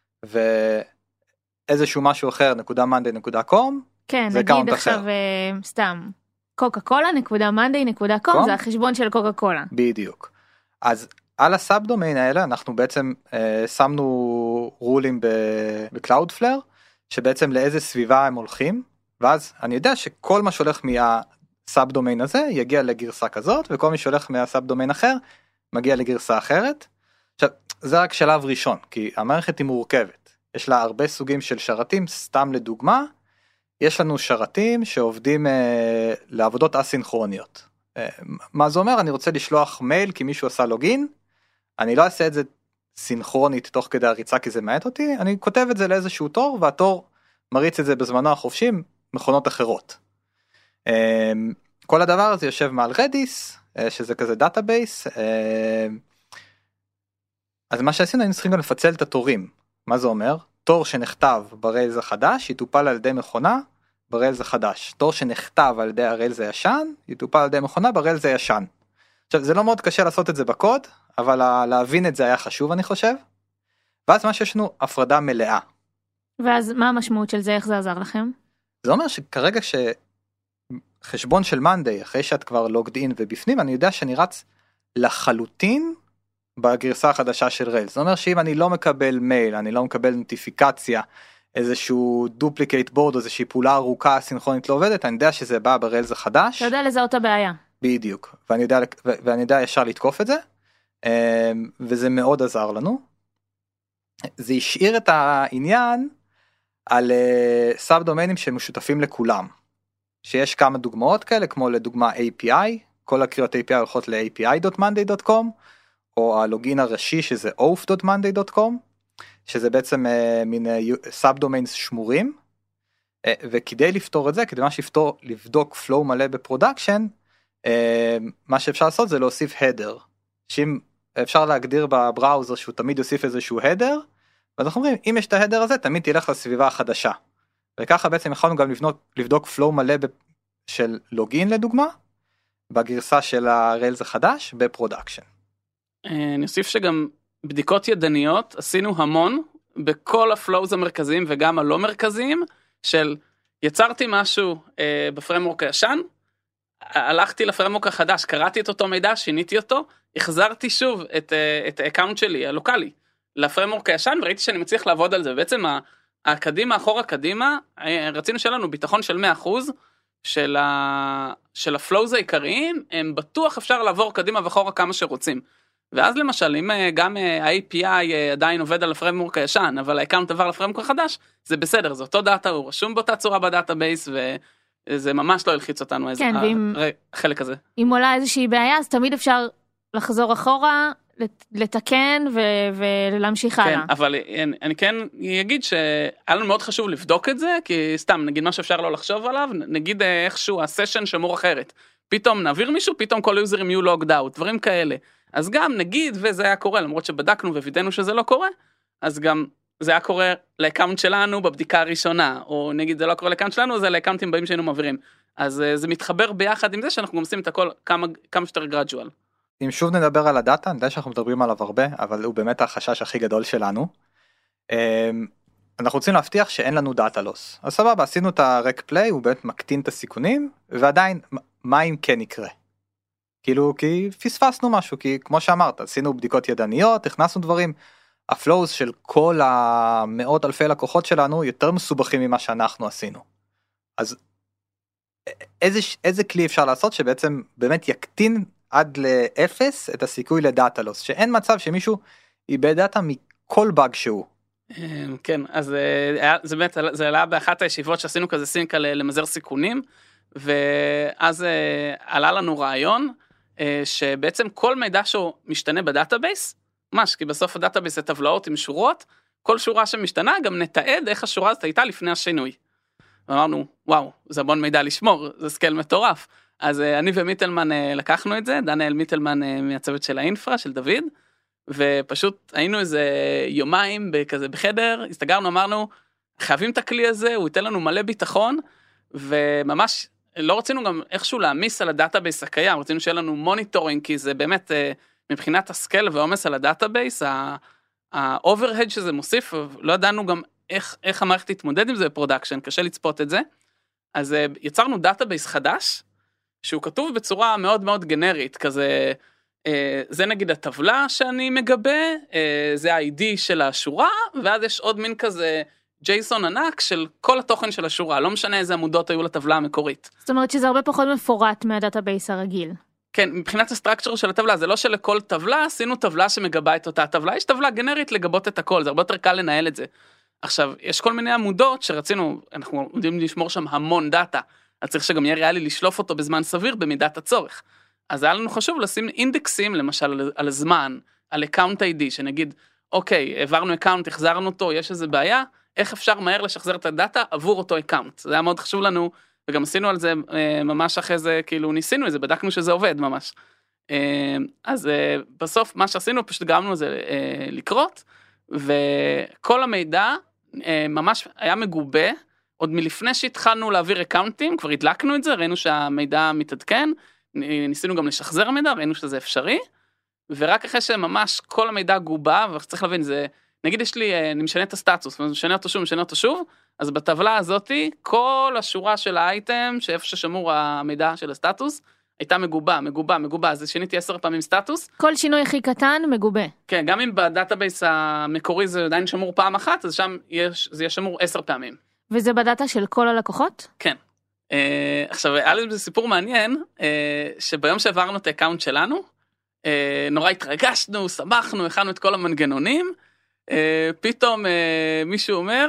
B: ואיזשהו משהו אחר, .monday.com,
A: כן,
B: זה אקאונט
A: נגיד
B: אחר.
A: עכשיו סתם, coca-cola.monday.com, זה החשבון של קוקה-קולה.
B: בדיוק. אז על הסאב דומיין האלה, אנחנו בעצם שמנו רולים ב-Cloudflare, שבעצם לאיזה סביבה הם הולכים, ואז אני יודע שכל מה שהולך מהסאב דומיין הזה, יגיע לגרסה כזאת, וכל מי שהולך מהסאב דומיין אחר, מגיע לגרסה אחרת. עכשיו, זה רק שלב ראשון, כי המערכת היא מורכבת. יש לה הרבה סוגים של שרתים, סתם לדוגמה, יש לנו שרתים שעובדים לעבודות אסינכרוניות. מה זה אומר? אני רוצה לשלוח מייל כי מישהו עשה לוגין, אני לא אעשה את זה סינכרונית תוך כדי הריצה כי זה מעט אותי, אני כותב את זה לאיזשהו תור, והתור מריץ את זה בזמנו החופשי, מכונות אחרות. כל הדבר הזה יושב מעל רדיס, שזה כזה דאטאבייס, אז מה שעשינו, היינו צריכים גם לפצל את התורים. מה זה אומר? תור שנכתב בריילס החדש, יטופל על ידי מכונה בריילס החדש. תור שנכתב על ידי הריילס הישן, יטופל על ידי מכונה בריילס הישן. עכשיו, זה לא מאוד קשה לעשות את זה בקוד, אבל להבין את זה היה חשוב, אני חושב. ואז מה שיש לנו, הפרדה מלאה.
A: ואז מה המשמעות של זה? איך זה עזר לכם?
B: זה אומר שכרגע חשבון של מאנדיי, אחרי שאת כבר לוגד אין ובפנים, אני יודע שאני רץ לחלוטין בגרסה החדשה של ריילס. זה אומר שאם אני לא מקבל מייל, אני לא מקבל נוטיפיקציה, איזשהו דופליקייט בורד, או איזושהי פעולה ארוכה סינכרונית לא עובדת, אני יודע שזה בא בריילס החדש.
A: אתה יודע לזהות הבעיה.
B: בדיוק, ואני יודע ישר לתקוף את זה, וזה מאוד עזר לנו. זה השאיר את העניין על סאב דומיינים שמשותפים לכולם. שיש כמה דוגמאות כאלה, כמו לדוגמה API, כל הקריאות API הולכות ל-api.monday.com, או הלוגין הראשי שזה off.monday.com, שזה בעצם מין סאב דומיינס שמורים, וכדי לפתור את זה, כדי ממש לבדוק flow מלא בפרודקשן, מה שאפשר לעשות זה להוסיף header, שאם אפשר להגדיר בבראוזר שהוא תמיד יוסיף איזשהו header, ואז אנחנו אומרים, אם יש את ההדר הזה, תמיד תלך לסביבה החדשה. וככה בעצם יכולנו גם לבדוק flow מלא של לוגין לדוגמה, בגרסה של הריילס החדש, בפרודקשן.
C: אני אוסיף שגם בדיקות ידניות, עשינו המון, בכל הפלואוז המרכזיים וגם הלא מרכזיים, של יצרתי משהו בפרמורק הישן, הלכתי לפרמורק החדש, קראתי את אותו מידע, שיניתי אותו, החזרתי שוב את האקאונט שלי, הלוקלי, לפרמורק הישן, וראיתי שאני מצליח לעבוד על זה, ובעצם הקדימה, אחורה קדימה, רצינו שיהיה לנו ביטחון של 100%, של הפלואוז העיקריים, הם בטוח אפשר לעבור קדימה ואחורה כמה שרוצים. ואז למשל, אם גם ה-API עדיין עובד על הפרמורק הישן, אבל האקאונט עבר לפרמורק החדש, זה בסדר, זה אותו דאטה, הוא רשום באותה צורה בדאטאבייס, וזה ממש לא הלחיץ אותנו
A: כן,
C: החלק הזה.
A: אם עולה איזושהי בעיה, אז תמיד אפשר לחזור אחורה, לתקן ולהמשיך הלאה.
C: כן, אבל אני כן אגיד שהיה לנו מאוד חשוב לבדוק את זה, כי סתם, נגיד מה שאפשר לא לחשוב עליו, נגיד איכשהו הסשן שמור אחרת, פתאום נעביר מישהו, פתאום כל היוזרים יהיו לוגד אאוט, דברים כאלה. אז גם נגיד, וזה היה קורה, למרות שבדקנו ווידאנו שזה לא קורה, אז גם זה היה קורה לאקאונט שלנו בבדיקה הראשונה, או נגיד זה לא קורה לאקאונט שלנו, זה לאקאונטים באים שהיינו מעבירים. אז זה מתחבר ביחד עם זה שאנחנו גם עושים את הכל כמה שיותר גרדואל.
B: אם שוב נדבר על הדאטה, אני יודע שאנחנו מדברים עליו הרבה, אבל הוא באמת החשש הכי גדול שלנו. אנחנו רוצים להבטיח שאין לנו דאטה לוס. אז סבבה, עשינו את הרק פליי, הוא באמת מקטין את הסיכונים, ועדיין, מה אם כן יקרה? כאילו, כי פספסנו משהו, כי כמו שאמרת, עשינו בדיקות ידניות, הכנסנו דברים, הפלואוס של כל המאות אלפי לקוחות שלנו, יותר מסובכים ממה שאנחנו עשינו. אז איזה כלי אפשר לעשות, שבעצם באמת יקטין עד לאפס את הסיכוי לדאטה לוס, שאין מצב שמישהו איבד דאטה מכל באג שהוא.
C: כן, אז זה באמת, זה עלה באחת הישיבות שעשינו כזה סינק על למזער סיכונים, ואז עלה לנו רעיון, שבעצם כל מידע שהוא משתנה בדאטאבייס, ממש, כי בסוף הדאטאבייס זה טבלאות עם שורות, כל שורה שמשתנה גם נתעד איך השורה הזאת הייתה לפני השינוי. ואמרנו, וואו, זה המון מידע לשמור, זה סקייל מטורף. אז אני ומיטלמן לקחנו את זה, דניאל מיטלמן מהצוות של האינפרה, של דוד, ופשוט היינו איזה יומיים כזה בחדר, הסתגרנו, אמרנו, חייבים את הכלי הזה, הוא ייתן לנו מלא ביטחון, וממש לא רצינו גם איכשהו להמיס על הדאטאבייס הקיים, רצינו שיהיה לנו מוניטורינג, כי זה באמת מבחינת הסקייל ועומס על הדאטאבייס, האוברהד שזה מוסיף, לא ידענו גם איך המערכת תתמודד עם זה בפרודקשן, קשה לצפות את זה, אז יצרנו דאטאבייס חדש, שהוא כתוב בצורה מאוד מאוד גנרית, כזה, זה נגיד הטבלה שאני מגבה, זה ה-ID של השורה, ואז יש עוד מין כזה ג'ייסון ענק של כל התוכן של השורה, לא משנה איזה עמודות היו לטבלה המקורית.
A: זאת אומרת שזה הרבה פחות מפורט מהדאטאבייס הרגיל.
C: כן, מבחינת הסטרקצ'ר של הטבלה, זה לא שלכל טבלה, עשינו טבלה שמגבה את אותה טבלה, יש טבלה גנרית לגבות את הכל, זה הרבה יותר קל לנהל את זה. עכשיו, יש כל מיני עמודות שרצינו, אנחנו יודעים לשמור שם המון דאטה, אז צריך שגם יהיה ריאלי לשלוף אותו בזמן סביר במידת הצורך. אז היה לנו חשוב לשים אינדקסים, למשל על הזמן, על account ID, שנגיד, אוקיי, העברנו account, החזרנו אותו, יש איזה בעיה, איך אפשר מהר לשחזר את הדאטה עבור אותו account. זה היה מאוד חשוב לנו, וגם עשינו על זה ממש אחרי זה, כאילו ניסינו את זה, בדקנו שזה עובד ממש. אז בסוף מה שעשינו, פשוט גרמנו זה לקרות, וכל המידע ממש היה מגובה, עוד מלפני שהתחלנו להעביר אקאונטים, כבר הדלקנו את זה, ראינו שהמידע מתעדכן, ניסינו גם לשחזר מידע, ראינו שזה אפשרי, ורק אחרי שממש כל המידע גובה, וצריך להבין, זה, נגיד יש לי, אני משנה את הסטטוס, משנה אותו שוב, אז בטבלה הזאת, כל השורה של האייטם, שאיפה ששמור המידע של הסטטוס, הייתה מגובה, אז שיניתי 10 פעמים סטטוס.
A: כל שינוי הכי קטן מגובה.
C: כן, גם אם בדאטאבייס המקורי זה עדיין שמור פעם אחת, אז שם זה יהיה שמור 10 פעמים.
A: וזה בדאטה של כל הלקוחות?
C: כן. עכשיו, היה לזה סיפור מעניין, שביום שעברנו את האקאונט שלנו, נורא התרגשנו, שמחנו, הכנו את כל המנגנונים, פתאום מישהו אומר,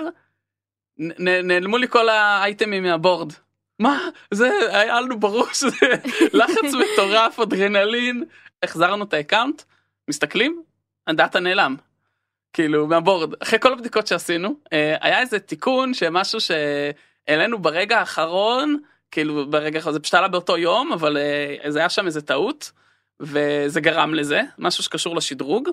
C: נעלמו לי כל האייטמים מהבורד. מה? זה היה לנו ברור שזה לחץ מטורף, אדרנלין, החזרנו את האקאונט, מסתכלים, הדאטה נעלם. כאילו, מהבורד. אחרי כל הבדיקות שעשינו, היה איזה תיקון שמשהו שאלינו ברגע האחרון, כאילו ברגע האחרון, זה פשוט עלה באותו יום, אבל זה היה שם איזה טעות, וזה גרם לזה, משהו שקשור לשדרוג.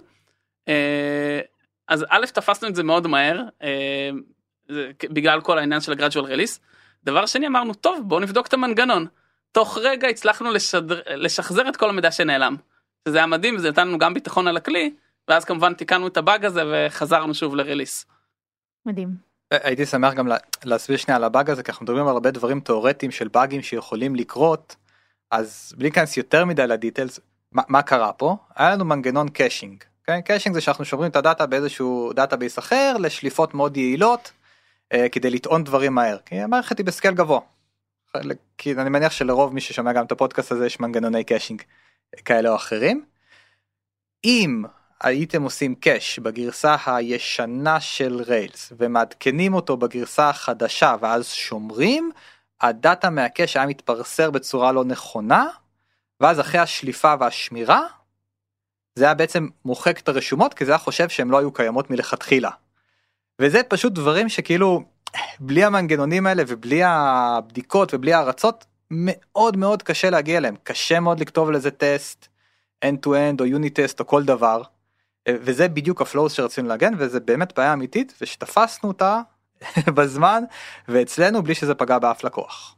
C: אז א', תפסנו את זה מאוד מהר, בגלל כל העניין של ה-Gradual Release. דבר שני, אמרנו, טוב, בואו נבדוק את המנגנון. תוך רגע הצלחנו לשחזר את כל המידע שנעלם. שזה היה מדהים, וזה נתן לנו גם ביטחון על הכלי, ואז כמובן תיקנו את הבאג הזה וחזרנו שוב לרליס.
A: מדהים.
B: הייתי שמח גם להסביר שנייה על הבאג הזה, כי אנחנו מדברים על הרבה דברים תיאורטיים של באגים שיכולים לקרות, אז בלי כנס יותר מדי לדיטלס, מה קרה פה? היה לנו מנגנון קאשינג. קאשינג זה שאנחנו שומרים את הדאטה באיזשהו דאטאבייס אחר, לשליפות מאוד יעילות, כדי לטעון דברים מהר, כי המערכת היא בסקייל גבוה. כי אני מניח שלרוב מי ששומע גם את הפודקאסט הזה, יש מנגנוני קאשינג כאלה או אחרים. אם הייתם עושים קאש בגרסה הישנה של ריילס, ומעדכנים אותו בגרסה החדשה, ואז שומרים, הדאטה מהקאש היה מתפרסר בצורה לא נכונה, ואז אחרי השליפה והשמירה, זה היה בעצם מוחק את הרשומות, כי זה היה חושב שהן לא היו קיימות מלכתחילה. וזה פשוט דברים שכאילו, בלי המנגנונים האלה, ובלי הבדיקות, ובלי ההרצות, מאוד מאוד קשה להגיע אליהם. קשה מאוד לכתוב לזה טסט, end-to-end, או unit test, או כל דבר. וזה בדיוק הפלואוס שרצינו להגן, וזה באמת בעיה אמיתית, ושתפסנו אותה בזמן, ואצלנו בלי שזה פגע באף לקוח.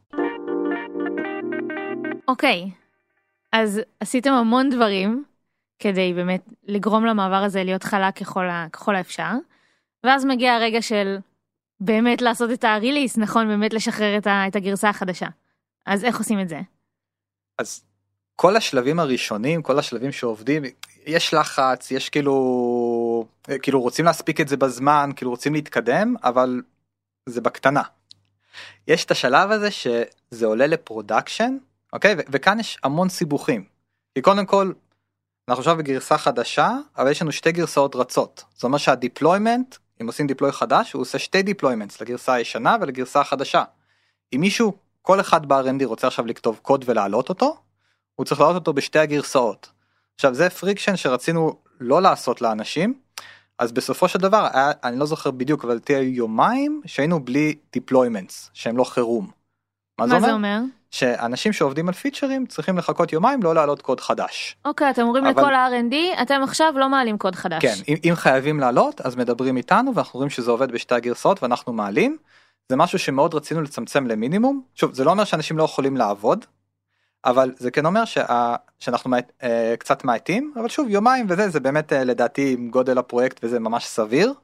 A: אוקיי, אז עשיתם המון דברים, כדי באמת לגרום למעבר הזה להיות חלק ככל האפשר, ואז מגיע הרגע של באמת לעשות את הריליס, נכון, באמת לשחרר את הגרסה החדשה. אז איך עושים את זה?
B: אז כל השלבים הראשונים, כל השלבים שעובדים, יש לחץ, יש כאילו רוצים להספיק את זה בזמן, כאילו רוצים להתקדם, אבל זה בקטנה. יש את השלב הזה שזה עולה לפרודקשן, אוקיי? וכאן יש המון סיבוכים. כי קודם כל, אנחנו עכשיו בגרסה חדשה, אבל יש לנו 2 גרסאות רצות. זאת אומרת שהדיפלוימנט, אם עושים דיפלוי חדש, הוא עושה 2 דיפלוימנטס, לגרסה הישנה ולגרסה החדשה. אם מישהו, כל אחד ב-R&D רוצה עכשיו לכתוב קוד ולהעלות אותו, הוא צריך להעלות אותו בשתי הגרסאות. עכשיו זה פריקשן שרצינו לא לעשות לאנשים, אז בסופו של דבר, אני לא זוכר בדיוק, אבל תהיה יומיים שהיינו בלי דיפלוימנטס, שהם לא חירום.
A: מה זה אומר?
B: שאנשים שעובדים על פיצ'רים צריכים לחכות יומיים לא להעלות קוד חדש.
A: אוקיי, אתם אומרים לכל ה-R&D, אתם עכשיו לא מעלים קוד חדש.
B: כן, אם חייבים לעלות, אז מדברים איתנו, ואנחנו רואים שזה עובד בשתי הגרסאות, ואנחנו מעלים. זה משהו שמאוד רצינו לצמצם למינימום. שוב, זה לא אומר שאנשים לא יכולים לעבוד, אבל זה כן אומר שאנחנו קצת מעטים, אבל שוב, יומיים וזה, זה באמת לדעתי עם גודל הפרויקט, וזה ממש סביר.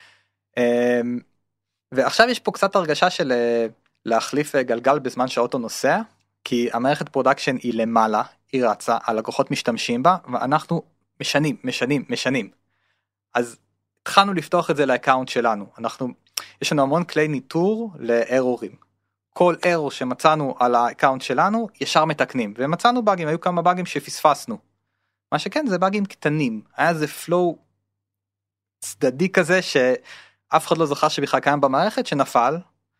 B: ועכשיו יש פה קצת הרגשה של להחליף גלגל בזמן שהאוטו נוסע, כי המערכת פרודקשן היא למעלה, היא רצה, הלקוחות משתמשים בה, ואנחנו משנים. אז התחלנו לפתוח את זה לאקאונט שלנו. יש לנו המון כלי ניטור לארורים. כל ארור שמצאנו על האקאונט שלנו, ישר מתקנים. ומצאנו באגים, היו כמה באגים שפספסנו. מה שכן, זה באגים קטנים. היה איזה פלואו צדדי כזה, שאף אחד לא זוכר שבכלל קיים במערכת, שנפל.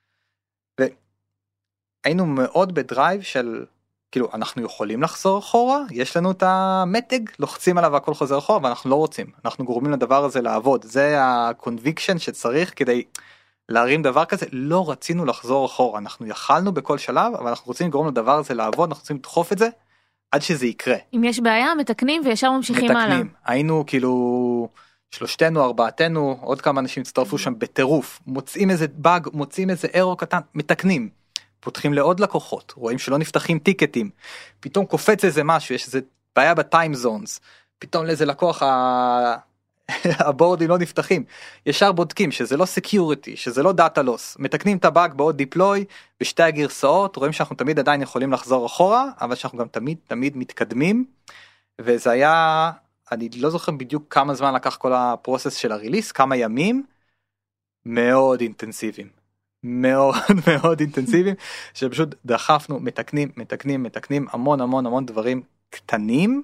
B: והיינו מאוד בדרייב של, כאילו, אנחנו יכולים לחזור אחורה, יש לנו את המתג, לוחצים עליו והכל חוזר אחורה, ואנחנו לא רוצים. אנחנו גורמים לדבר הזה לעבוד. זה הקונביקשן שצריך כדי להרים דבר כזה. לא רצינו לחזור אחורה. אנחנו יכלנו בכל שלב, אבל אנחנו רוצים לגרום לדבר הזה לעבוד, אנחנו רוצים לדחוף את זה, עד שזה יקרה.
A: אם יש בעיה, מתקנים וישר ממשיכים הלאה.
B: מתקנים. היינו כאילו, שלושתנו, ארבעתנו, עוד כמה אנשים הצטרפו שם בטירוף, מוצאים איזה באג, מוצאים איזה ארור קטן, מתקנים. פותחים לעוד לקוחות, רואים שלא נפתחים טיקטים, פתאום קופץ איזה משהו, יש איזה בעיה בטיים זונס, פתאום לאיזה לקוח הבורדים לא נפתחים, ישר בודקים שזה לא סקיוריטי, שזה לא דאטה לוס, מתקנים את הבאג בעוד דיפלוי, בשתי הגרסאות, רואים שאנחנו תמיד עדיין יכולים לחזור אחורה, אבל שאנחנו גם תמיד מתקדמים, וזה היה, אני לא זוכר בדיוק כמה זמן לקח כל הפרוסס של הריליס, כמה ימים, מאוד אינטנסיביים. מאוד אינטנסיביים, שפשוט דחפנו, מתקנים המון דברים קטנים,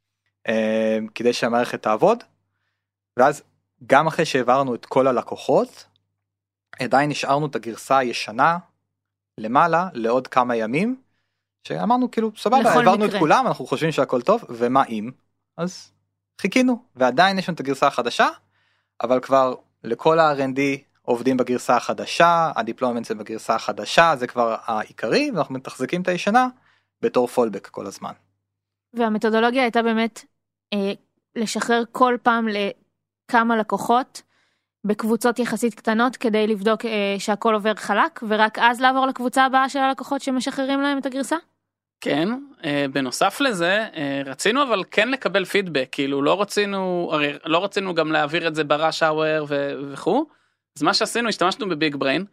B: כדי שהמערכת תעבוד, ואז גם אחרי שהעברנו את כל הלקוחות, עדיין נשארנו את הגרסה הישנה, למעלה, לעוד כמה ימים, שאמרנו כאילו, סבבה, העברנו את כולם, אנחנו חושבים שהכל טוב, ומה אם? אז חיכינו, ועדיין יש לנו את הגרסה החדשה, אבל כבר לכל ה-R&D, עובדים בגרסה החדשה, הדיפלוימנט זה בגרסה החדשה, זה כבר העיקרי, ואנחנו מתחזקים את הישנה בתור פולבק כל הזמן.
A: והמתודולוגיה הייתה באמת לשחרר כל פעם לכמה לקוחות, בקבוצות יחסית קטנות, כדי לבדוק שהכל עובר חלק, ורק אז לעבור לקבוצה הבאה של הלקוחות שמשחררים להם את הגרסה?
C: כן, בנוסף לזה, רצינו אבל כן לקבל פידבק, כאילו לא רצינו גם להעביר את זה בראש אאואר וכו', אז מה שעשינו, השתמשנו בביג בריין,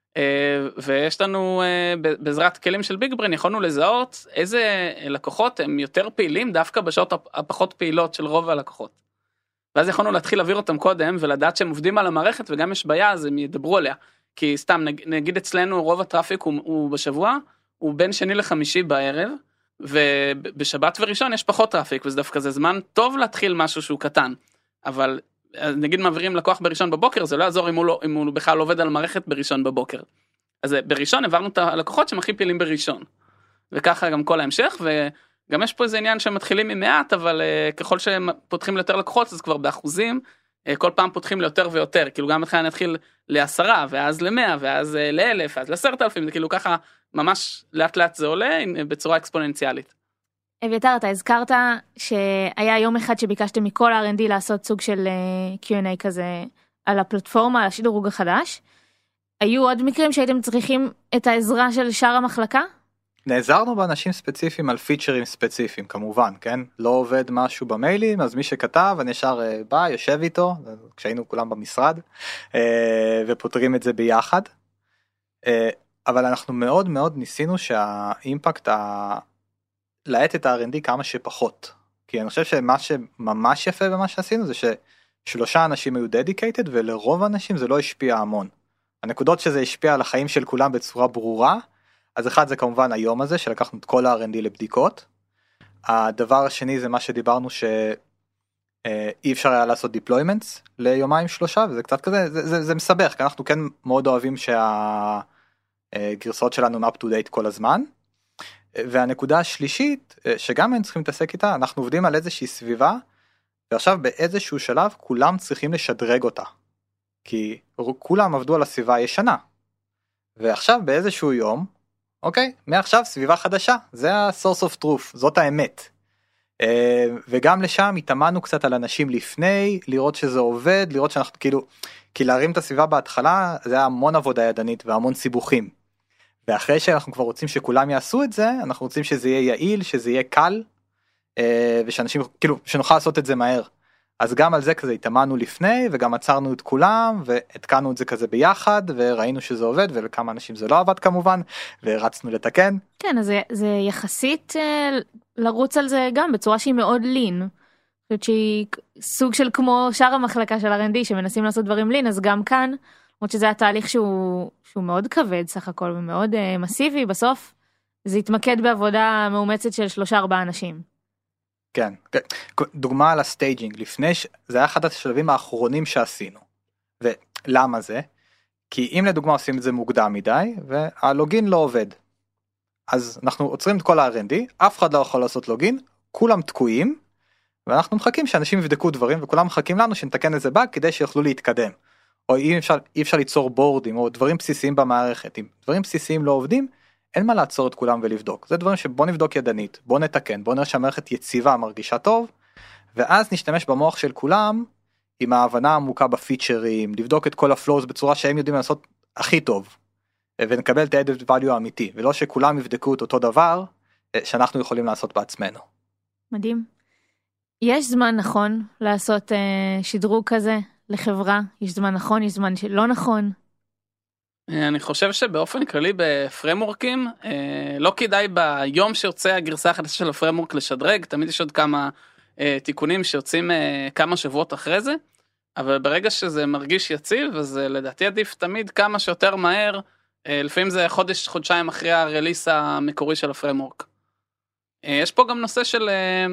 C: ויש לנו, בעזרת כלים של ביג בריין, יכולנו לזהות איזה לקוחות הם יותר פעילים, דווקא בשעות הפחות פעילות של רוב הלקוחות. ואז יכולנו להתחיל להעביר אותם קודם, ולדעת שהם עובדים על המערכת, וגם יש בעיה, אז הם ידברו עליה. כי סתם, נגיד אצלנו, רוב הטראפיק הוא בשבוע, הוא בין שני לחמישי בערב, ובשבת וראשון יש פחות טראפיק, וזה דווקא זה זמן טוב להתחיל משהו שהוא קטן. אבל נגיד מעבירים לקוח בראשון בבוקר, זה לא יעזור אם הוא בכלל עובד על מערכת בראשון בבוקר. אז בראשון העברנו את הלקוחות שהם הכי פעילים בראשון. וככה גם כל ההמשך, וגם יש פה איזה עניין שהם מתחילים ממעט, אבל ככל שהם פותחים ליותר לקוחות, אז כבר באחוזים, כל פעם פותחים ליותר ויותר, כאילו גם התחילה נתחיל ל10, ואז ל100, ואז ל1000, ואז ל10,000, זה כאילו ככה ממש לאט לאט זה עולה בצורה אקספוננציאלית.
A: אביתר, אתה הזכרת שהיה יום אחד שביקשתם מכל R&D לעשות סוג של Q&A כזה על הפלטפורמה, על השדרוג החדש. היו עוד מקרים שהייתם צריכים את העזרה של שאר המחלקה?
B: נעזרנו באנשים ספציפיים על פיצ'רים ספציפיים, כמובן, כן? לא עובד משהו במיילים, אז מי שכתב, אני ישר בא, יושב איתו, כשהיינו כולם במשרד, ופותרים את זה ביחד. אבל אנחנו מאוד ניסינו שהאימפקט להט את ה-R&D כמה שפחות, כי אני חושב שמה שממש יפה במה שעשינו זה ששלושה אנשים היו dedicated, ולרוב האנשים זה לא השפיע המון. הנקודות שזה השפיע על החיים של כולם בצורה ברורה, אז אחד זה כמובן היום הזה שלקחנו את כל ה-R&D לבדיקות, הדבר השני זה מה שדיברנו שאי אפשר היה לעשות deployments ליומיים שלושה, וזה קצת כזה, זה מסבך, כי אנחנו כן מאוד אוהבים שהגרסאות שלנו up to date כל הזמן. והנקודה השלישית, שגם הם צריכים להתעסק איתה, אנחנו עובדים על איזושהי סביבה, ועכשיו באיזשהו שלב כולם צריכים לשדרג אותה. כי כולם עבדו על הסביבה הישנה. ועכשיו באיזשהו יום, אוקיי, מעכשיו סביבה חדשה, זה ה-source of truth, זאת האמת. וגם לשם התאמנו קצת על אנשים לפני, לראות שזה עובד, לראות שאנחנו כאילו, כי להרים את הסביבה בהתחלה, זה היה המון עבודה ידנית והמון סיבוכים. ואחרי שאנחנו כבר רוצים שכולם יעשו את זה, אנחנו רוצים שזה יהיה יעיל, שזה יהיה קל, ושאנשים, כאילו, שנוכל לעשות את זה מהר. אז גם על זה כזה התאמנו לפני, וגם עצרנו את כולם, והתקנו את זה כזה ביחד, וראינו שזה עובד, ולכמה אנשים זה לא עבד כמובן, ורצנו לתקן.
A: כן, אז זה יחסית לרוץ על זה גם בצורה שהיא מאוד לין. אני חושבת שהיא סוג של כמו שאר המחלקה של R&D, שמנסים לעשות דברים לין, אז גם כאן, למרות שזה התהליך שהוא מאוד כבד סך הכל, ומאוד מסיבי, בסוף זה התמקד בעבודה מאומצת של 3-4 אנשים.
B: כן, דוגמה על הסטייג'ינג, זה היה אחד השלבים האחרונים שעשינו. ולמה זה? כי אם לדוגמה עושים את זה מוקדם מדי, והלוגין לא עובד. אז אנחנו עוצרים את כל ה-R&D, אף אחד לא יכול לעשות לוגין, כולם תקועים, ואנחנו מחכים שאנשים יבדקו דברים, וכולם מחכים לנו שנתקן איזה באג כדי שיוכלו להתקדם. או אי אפשר ליצור בורדים, או דברים בסיסיים במערכת. אם דברים בסיסיים לא עובדים, אין מה לעצור את כולם ולבדוק. זה דברים שבוא נבדוק ידנית, בוא נתקן, בוא נראה שהמערכת יציבה, מרגישה טוב, ואז נשתמש במוח של כולם, עם ההבנה העמוקה בפיצ'רים, לבדוק את כל הפלואוס בצורה שהם יודעים לעשות הכי טוב, ונקבל את ה-added value האמיתי, ולא שכולם יבדקו את אותו דבר, שאנחנו יכולים לעשות בעצמנו.
A: מדהים. יש זמן נכון לעשות שדרוג כזה לחברה? יש זמן נכון, יש זמן שלא נכון?
C: אני חושב שבאופן כללי בפרמורקים, לא כדאי ביום שיוצא הגרסה החדשה של הפרמורק לשדרג, תמיד יש עוד כמה תיקונים שיוצאים כמה שבועות אחרי זה, אבל ברגע שזה מרגיש יציב, אז לדעתי עדיף תמיד כמה שיותר מהר, לפעמים זה חודש-חודשיים אחרי הרליס המקורי של הפרמורק. יש פה גם נושא של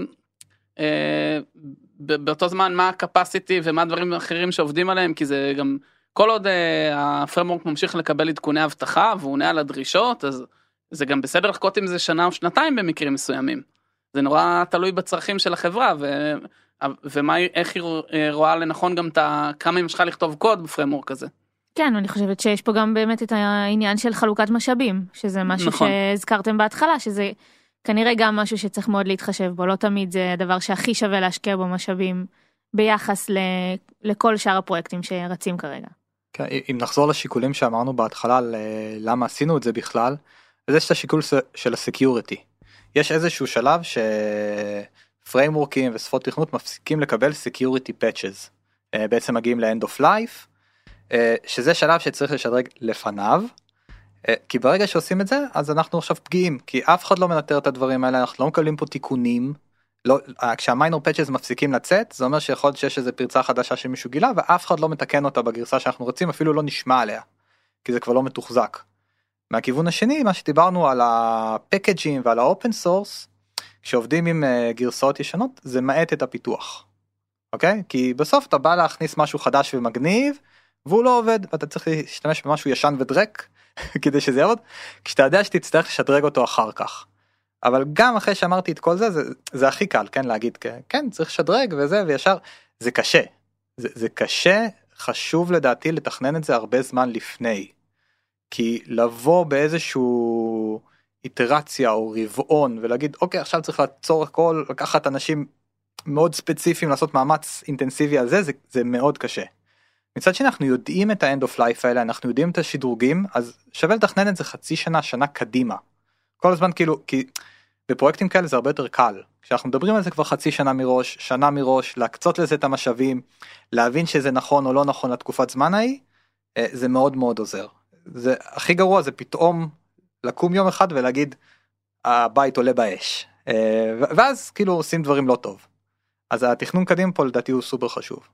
C: באותו זמן מה הקפסיטי ומה הדברים האחרים שעובדים עליהם, כי זה גם כל עוד הפרמורק ממשיך לקבל עדכוני הבטחה והוא עונה על הדרישות, אז זה גם בסדר לחכות עם זה שנה או שנתיים במקרים מסוימים. זה נורא תלוי בצרכים של החברה, איך היא רואה לנכון גם כמה היא משכה לכתוב קוד בפרמורק הזה.
A: כן, אני חושבת שיש פה גם באמת את העניין של חלוקת משאבים, שזה משהו נכון. שהזכרתם בהתחלה, שזה כנראה גם משהו שצריך מאוד להתחשב בו, לא תמיד זה הדבר שהכי שווה להשקיע בו משאבים, ביחס לכל שאר הפרויקטים שרצים כרגע.
B: כן, אם נחזור לשיקולים שאמרנו בהתחלה, למה עשינו את זה בכלל, אז יש את השיקול של הסקיוריטי. יש איזשהו שלב שפריימורקים ושפות תכנות מפסיקים לקבל security patches. בעצם מגיעים ל-end of life, שזה שלב שצריך לשדרג לפניו, כי ברגע שעושים את זה, אז אנחנו עכשיו פגיעים, כי אף אחד לא מנטר את הדברים האלה, אנחנו לא מקבלים פה תיקונים, כשהמיינור פאצ'ז מפסיקים לצאת, זה אומר שיכול להיות שיש איזו פרצה חדשה שמישהו גילה, ואף אחד לא מתקן אותה בגרסה שאנחנו רוצים, אפילו לא נשמע עליה, כי זה כבר לא מתוחזק. מהכיוון השני, מה שדיברנו על הפקאג'ים ועל האופן סורס, כשעובדים עם גרסאות ישנות, זה מעט את הפיתוח. אוקיי? כי בסוף אתה בא להכניס משהו חדש ומגניב, והוא לא עובד, ואתה צריך להשתמש במשהו ישן ודרק, כדי שזה יעבוד, כשאתה יודע שתצטרך לשדרג אותו אחר כך. אבל גם אחרי שאמרתי את כל זה, זה הכי קל, כן, להגיד, כן, צריך לשדרג וזה, וישר, זה קשה. זה קשה, חשוב לדעתי לתכנן את זה הרבה זמן לפני. כי לבוא באיזשהו איטרציה או רבעון, ולהגיד, אוקיי, עכשיו צריך לעצור הכל, לקחת אנשים מאוד ספציפיים, לעשות מאמץ אינטנסיבי על זה, זה מאוד קשה. מצד שני, אנחנו יודעים את ה-end of life האלה, אנחנו יודעים את השדרוגים, אז שווה לתכנן את זה חצי שנה, שנה קדימה. כל הזמן כאילו, כי בפרויקטים כאלה זה הרבה יותר קל. כשאנחנו מדברים על זה כבר חצי שנה מראש, שנה מראש, להקצות לזה את המשאבים, להבין שזה נכון או לא נכון לתקופת זמן ההיא, זה מאוד מאוד עוזר. זה הכי גרוע, זה פתאום לקום יום אחד ולהגיד, הבית עולה באש. ואז כאילו עושים דברים לא טוב. אז התכנון קדימה פה לדעתי הוא סופר חשוב.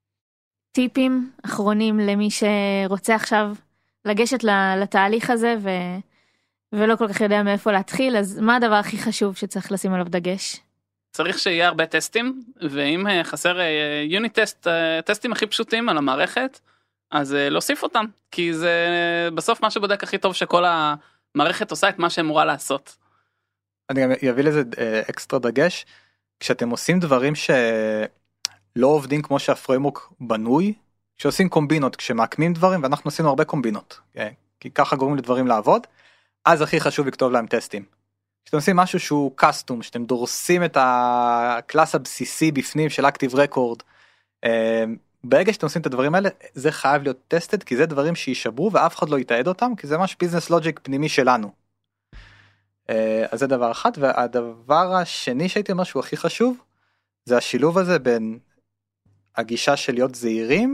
A: טיפים אחרונים למי שרוצה עכשיו לגשת לתהליך הזה ולא כל כך יודע מאיפה להתחיל, אז מה הדבר הכי חשוב שצריך לשים עליו דגש?
C: צריך שיהיה הרבה טסטים, ואם חסר יוניט טסט, טסטים הכי פשוטים על המערכת, אז להוסיף אותם, כי זה בסוף מה שבודק הכי טוב שכל המערכת עושה את מה שאמורה לעשות.
B: אני גם אביא לזה אקסטרה דגש, כשאתם עושים דברים שלא עובדים כמו שהפריימורק בנוי, כשעושים קומבינות, כשמעקמים דברים, ואנחנו עשינו הרבה קומבינות, כי ככה גורמים לדברים לעבוד, אז הכי חשוב לכתוב להם טסטים. כשאתם עושים משהו שהוא קסטום, שאתם דורסים את הקלאס הבסיסי בפנים של Active Record, ברגע שאתם עושים את הדברים האלה, זה חייב להיות טסטד, כי זה דברים שישברו ואף אחד לא יתעד אותם, כי זה ממש ביזנס לוג'יק פנימי שלנו. אז זה דבר אחד, והדבר השני שהייתי אומר שהוא הכי חשוב, זה השילוב הזה בין הגישה של להיות זהירים,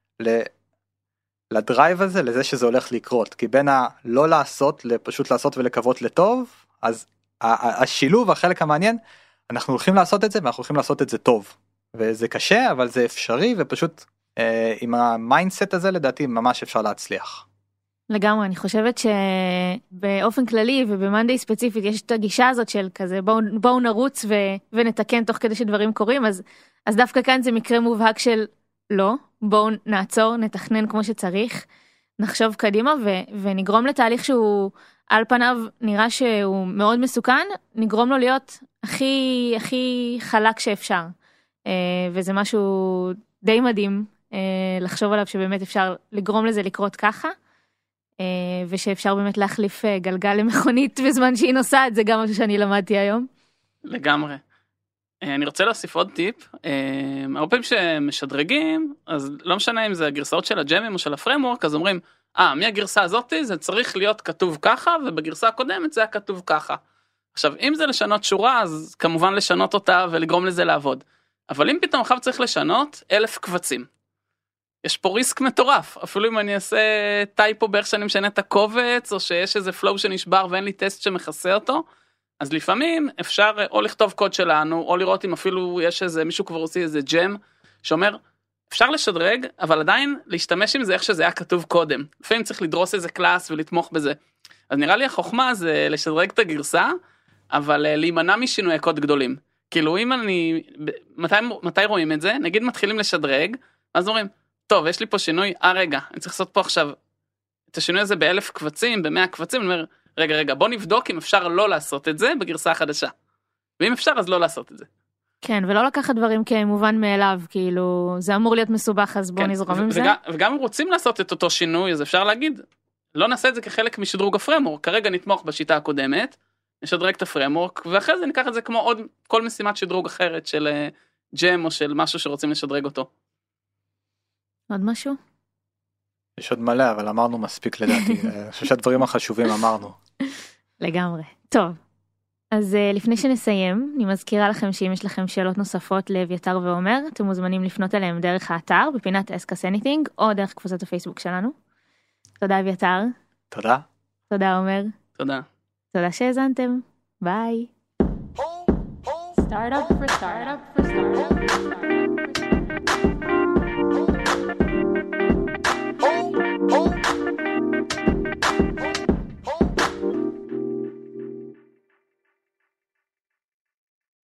B: לדרייב הזה, לזה שזה הולך לקרות, כי בין הלא לעשות, לפשוט לעשות ולקוות לטוב, אז השילוב, החלק המעניין, אנחנו הולכים לעשות את זה, ואנחנו הולכים לעשות את זה טוב, וזה קשה, אבל זה אפשרי, ופשוט עם המיינדסט הזה, לדעתי, ממש אפשר להצליח.
A: לגמרי, אני חושבת שבאופן כללי ובמנדי ספציפית יש את הגישה הזאת של כזה בואו נרוץ ונתקן תוך כדי שדברים קורים, אז דווקא כאן זה מקרה מובהק של לא, בואו נעצור, נתכנן כמו שצריך, נחשוב קדימה ונגרום לתהליך שהוא על פניו נראה שהוא מאוד מסוכן, נגרום לו להיות הכי חלק שאפשר, וזה משהו די מדהים לחשוב עליו שבאמת אפשר לגרום לזה לקרות ככה, ושאפשר באמת להחליף גלגל למכונית בזמן שהיא נוסעת, זה גם משהו שאני למדתי היום.
C: לגמרי. אני רוצה להוסיף עוד טיפ, הרבה פעמים שמשדרגים, אז לא משנה אם זה הגרסאות של הג'מים או של הפריימורק, אז אומרים, מהגרסה הזאת זה צריך להיות כתוב ככה, ובגרסה הקודמת זה היה כתוב ככה. עכשיו, אם זה לשנות שורה, אז כמובן לשנות אותה ולגרום לזה לעבוד. אבל אם פתאום עכשיו צריך לשנות 1,000 קבצים, יש פה ריסק מטורף, אפילו אם אני אעשה טייפו באיך שאני משנה את הקובץ, או שיש איזה פלואו שנשבר ואין לי טסט שמכסה אותו, אז לפעמים אפשר או לכתוב קוד שלנו, או לראות אם אפילו יש איזה, מישהו כבר עושה איזה ג'ם, שאומר, אפשר לשדרג, אבל עדיין להשתמש עם זה איך שזה היה כתוב קודם. לפעמים צריך לדרוס איזה קלאס ולתמוך בזה. אז נראה לי החוכמה זה לשדרג את הגרסה, אבל להימנע משינויי קוד גדולים. כאילו אם אני, מתי רואים את זה? נגיד מתחילים לשדרג, אז אומרים, טוב, יש לי פה שינוי, רגע, אני צריך לעשות פה עכשיו את השינוי הזה ב1,000 קבצים, ב100 קבצים, אני אומר, רגע, בוא נבדוק אם אפשר לא לעשות את זה בגרסה החדשה. ואם אפשר, אז לא לעשות את זה.
A: כן, ולא לקחת דברים כמובן מאליו, כאילו, זה אמור להיות מסובך, אז בוא נזרום עם זה.
C: וגם אם רוצים לעשות את אותו שינוי, אז אפשר להגיד, לא נעשה את זה כחלק משדרוג הפריימורק, כרגע נתמוך בשיטה הקודמת, נשדרג את הפריימורק, ואחרי זה ניקח את זה כמו עוד כל משימת שדרוג אחרת של ג'ם או של משהו שרוצים לשדרג אותו.
A: עוד משהו?
B: יש עוד מלא, אבל אמרנו מספיק לדעתי. אני חושב שהדברים החשובים אמרנו.
A: לגמרי. טוב. אז לפני שנסיים, אני מזכירה לכם שאם יש לכם שאלות נוספות לאביתר ועומר, אתם מוזמנים לפנות אליהם דרך האתר, בפינת Ask Us Anything, או דרך קבוצת הפייסבוק שלנו. תודה אביתר.
B: תודה.
A: תודה עומר.
C: תודה.
A: תודה שהאזנתם. ביי. Startup for startup for startup.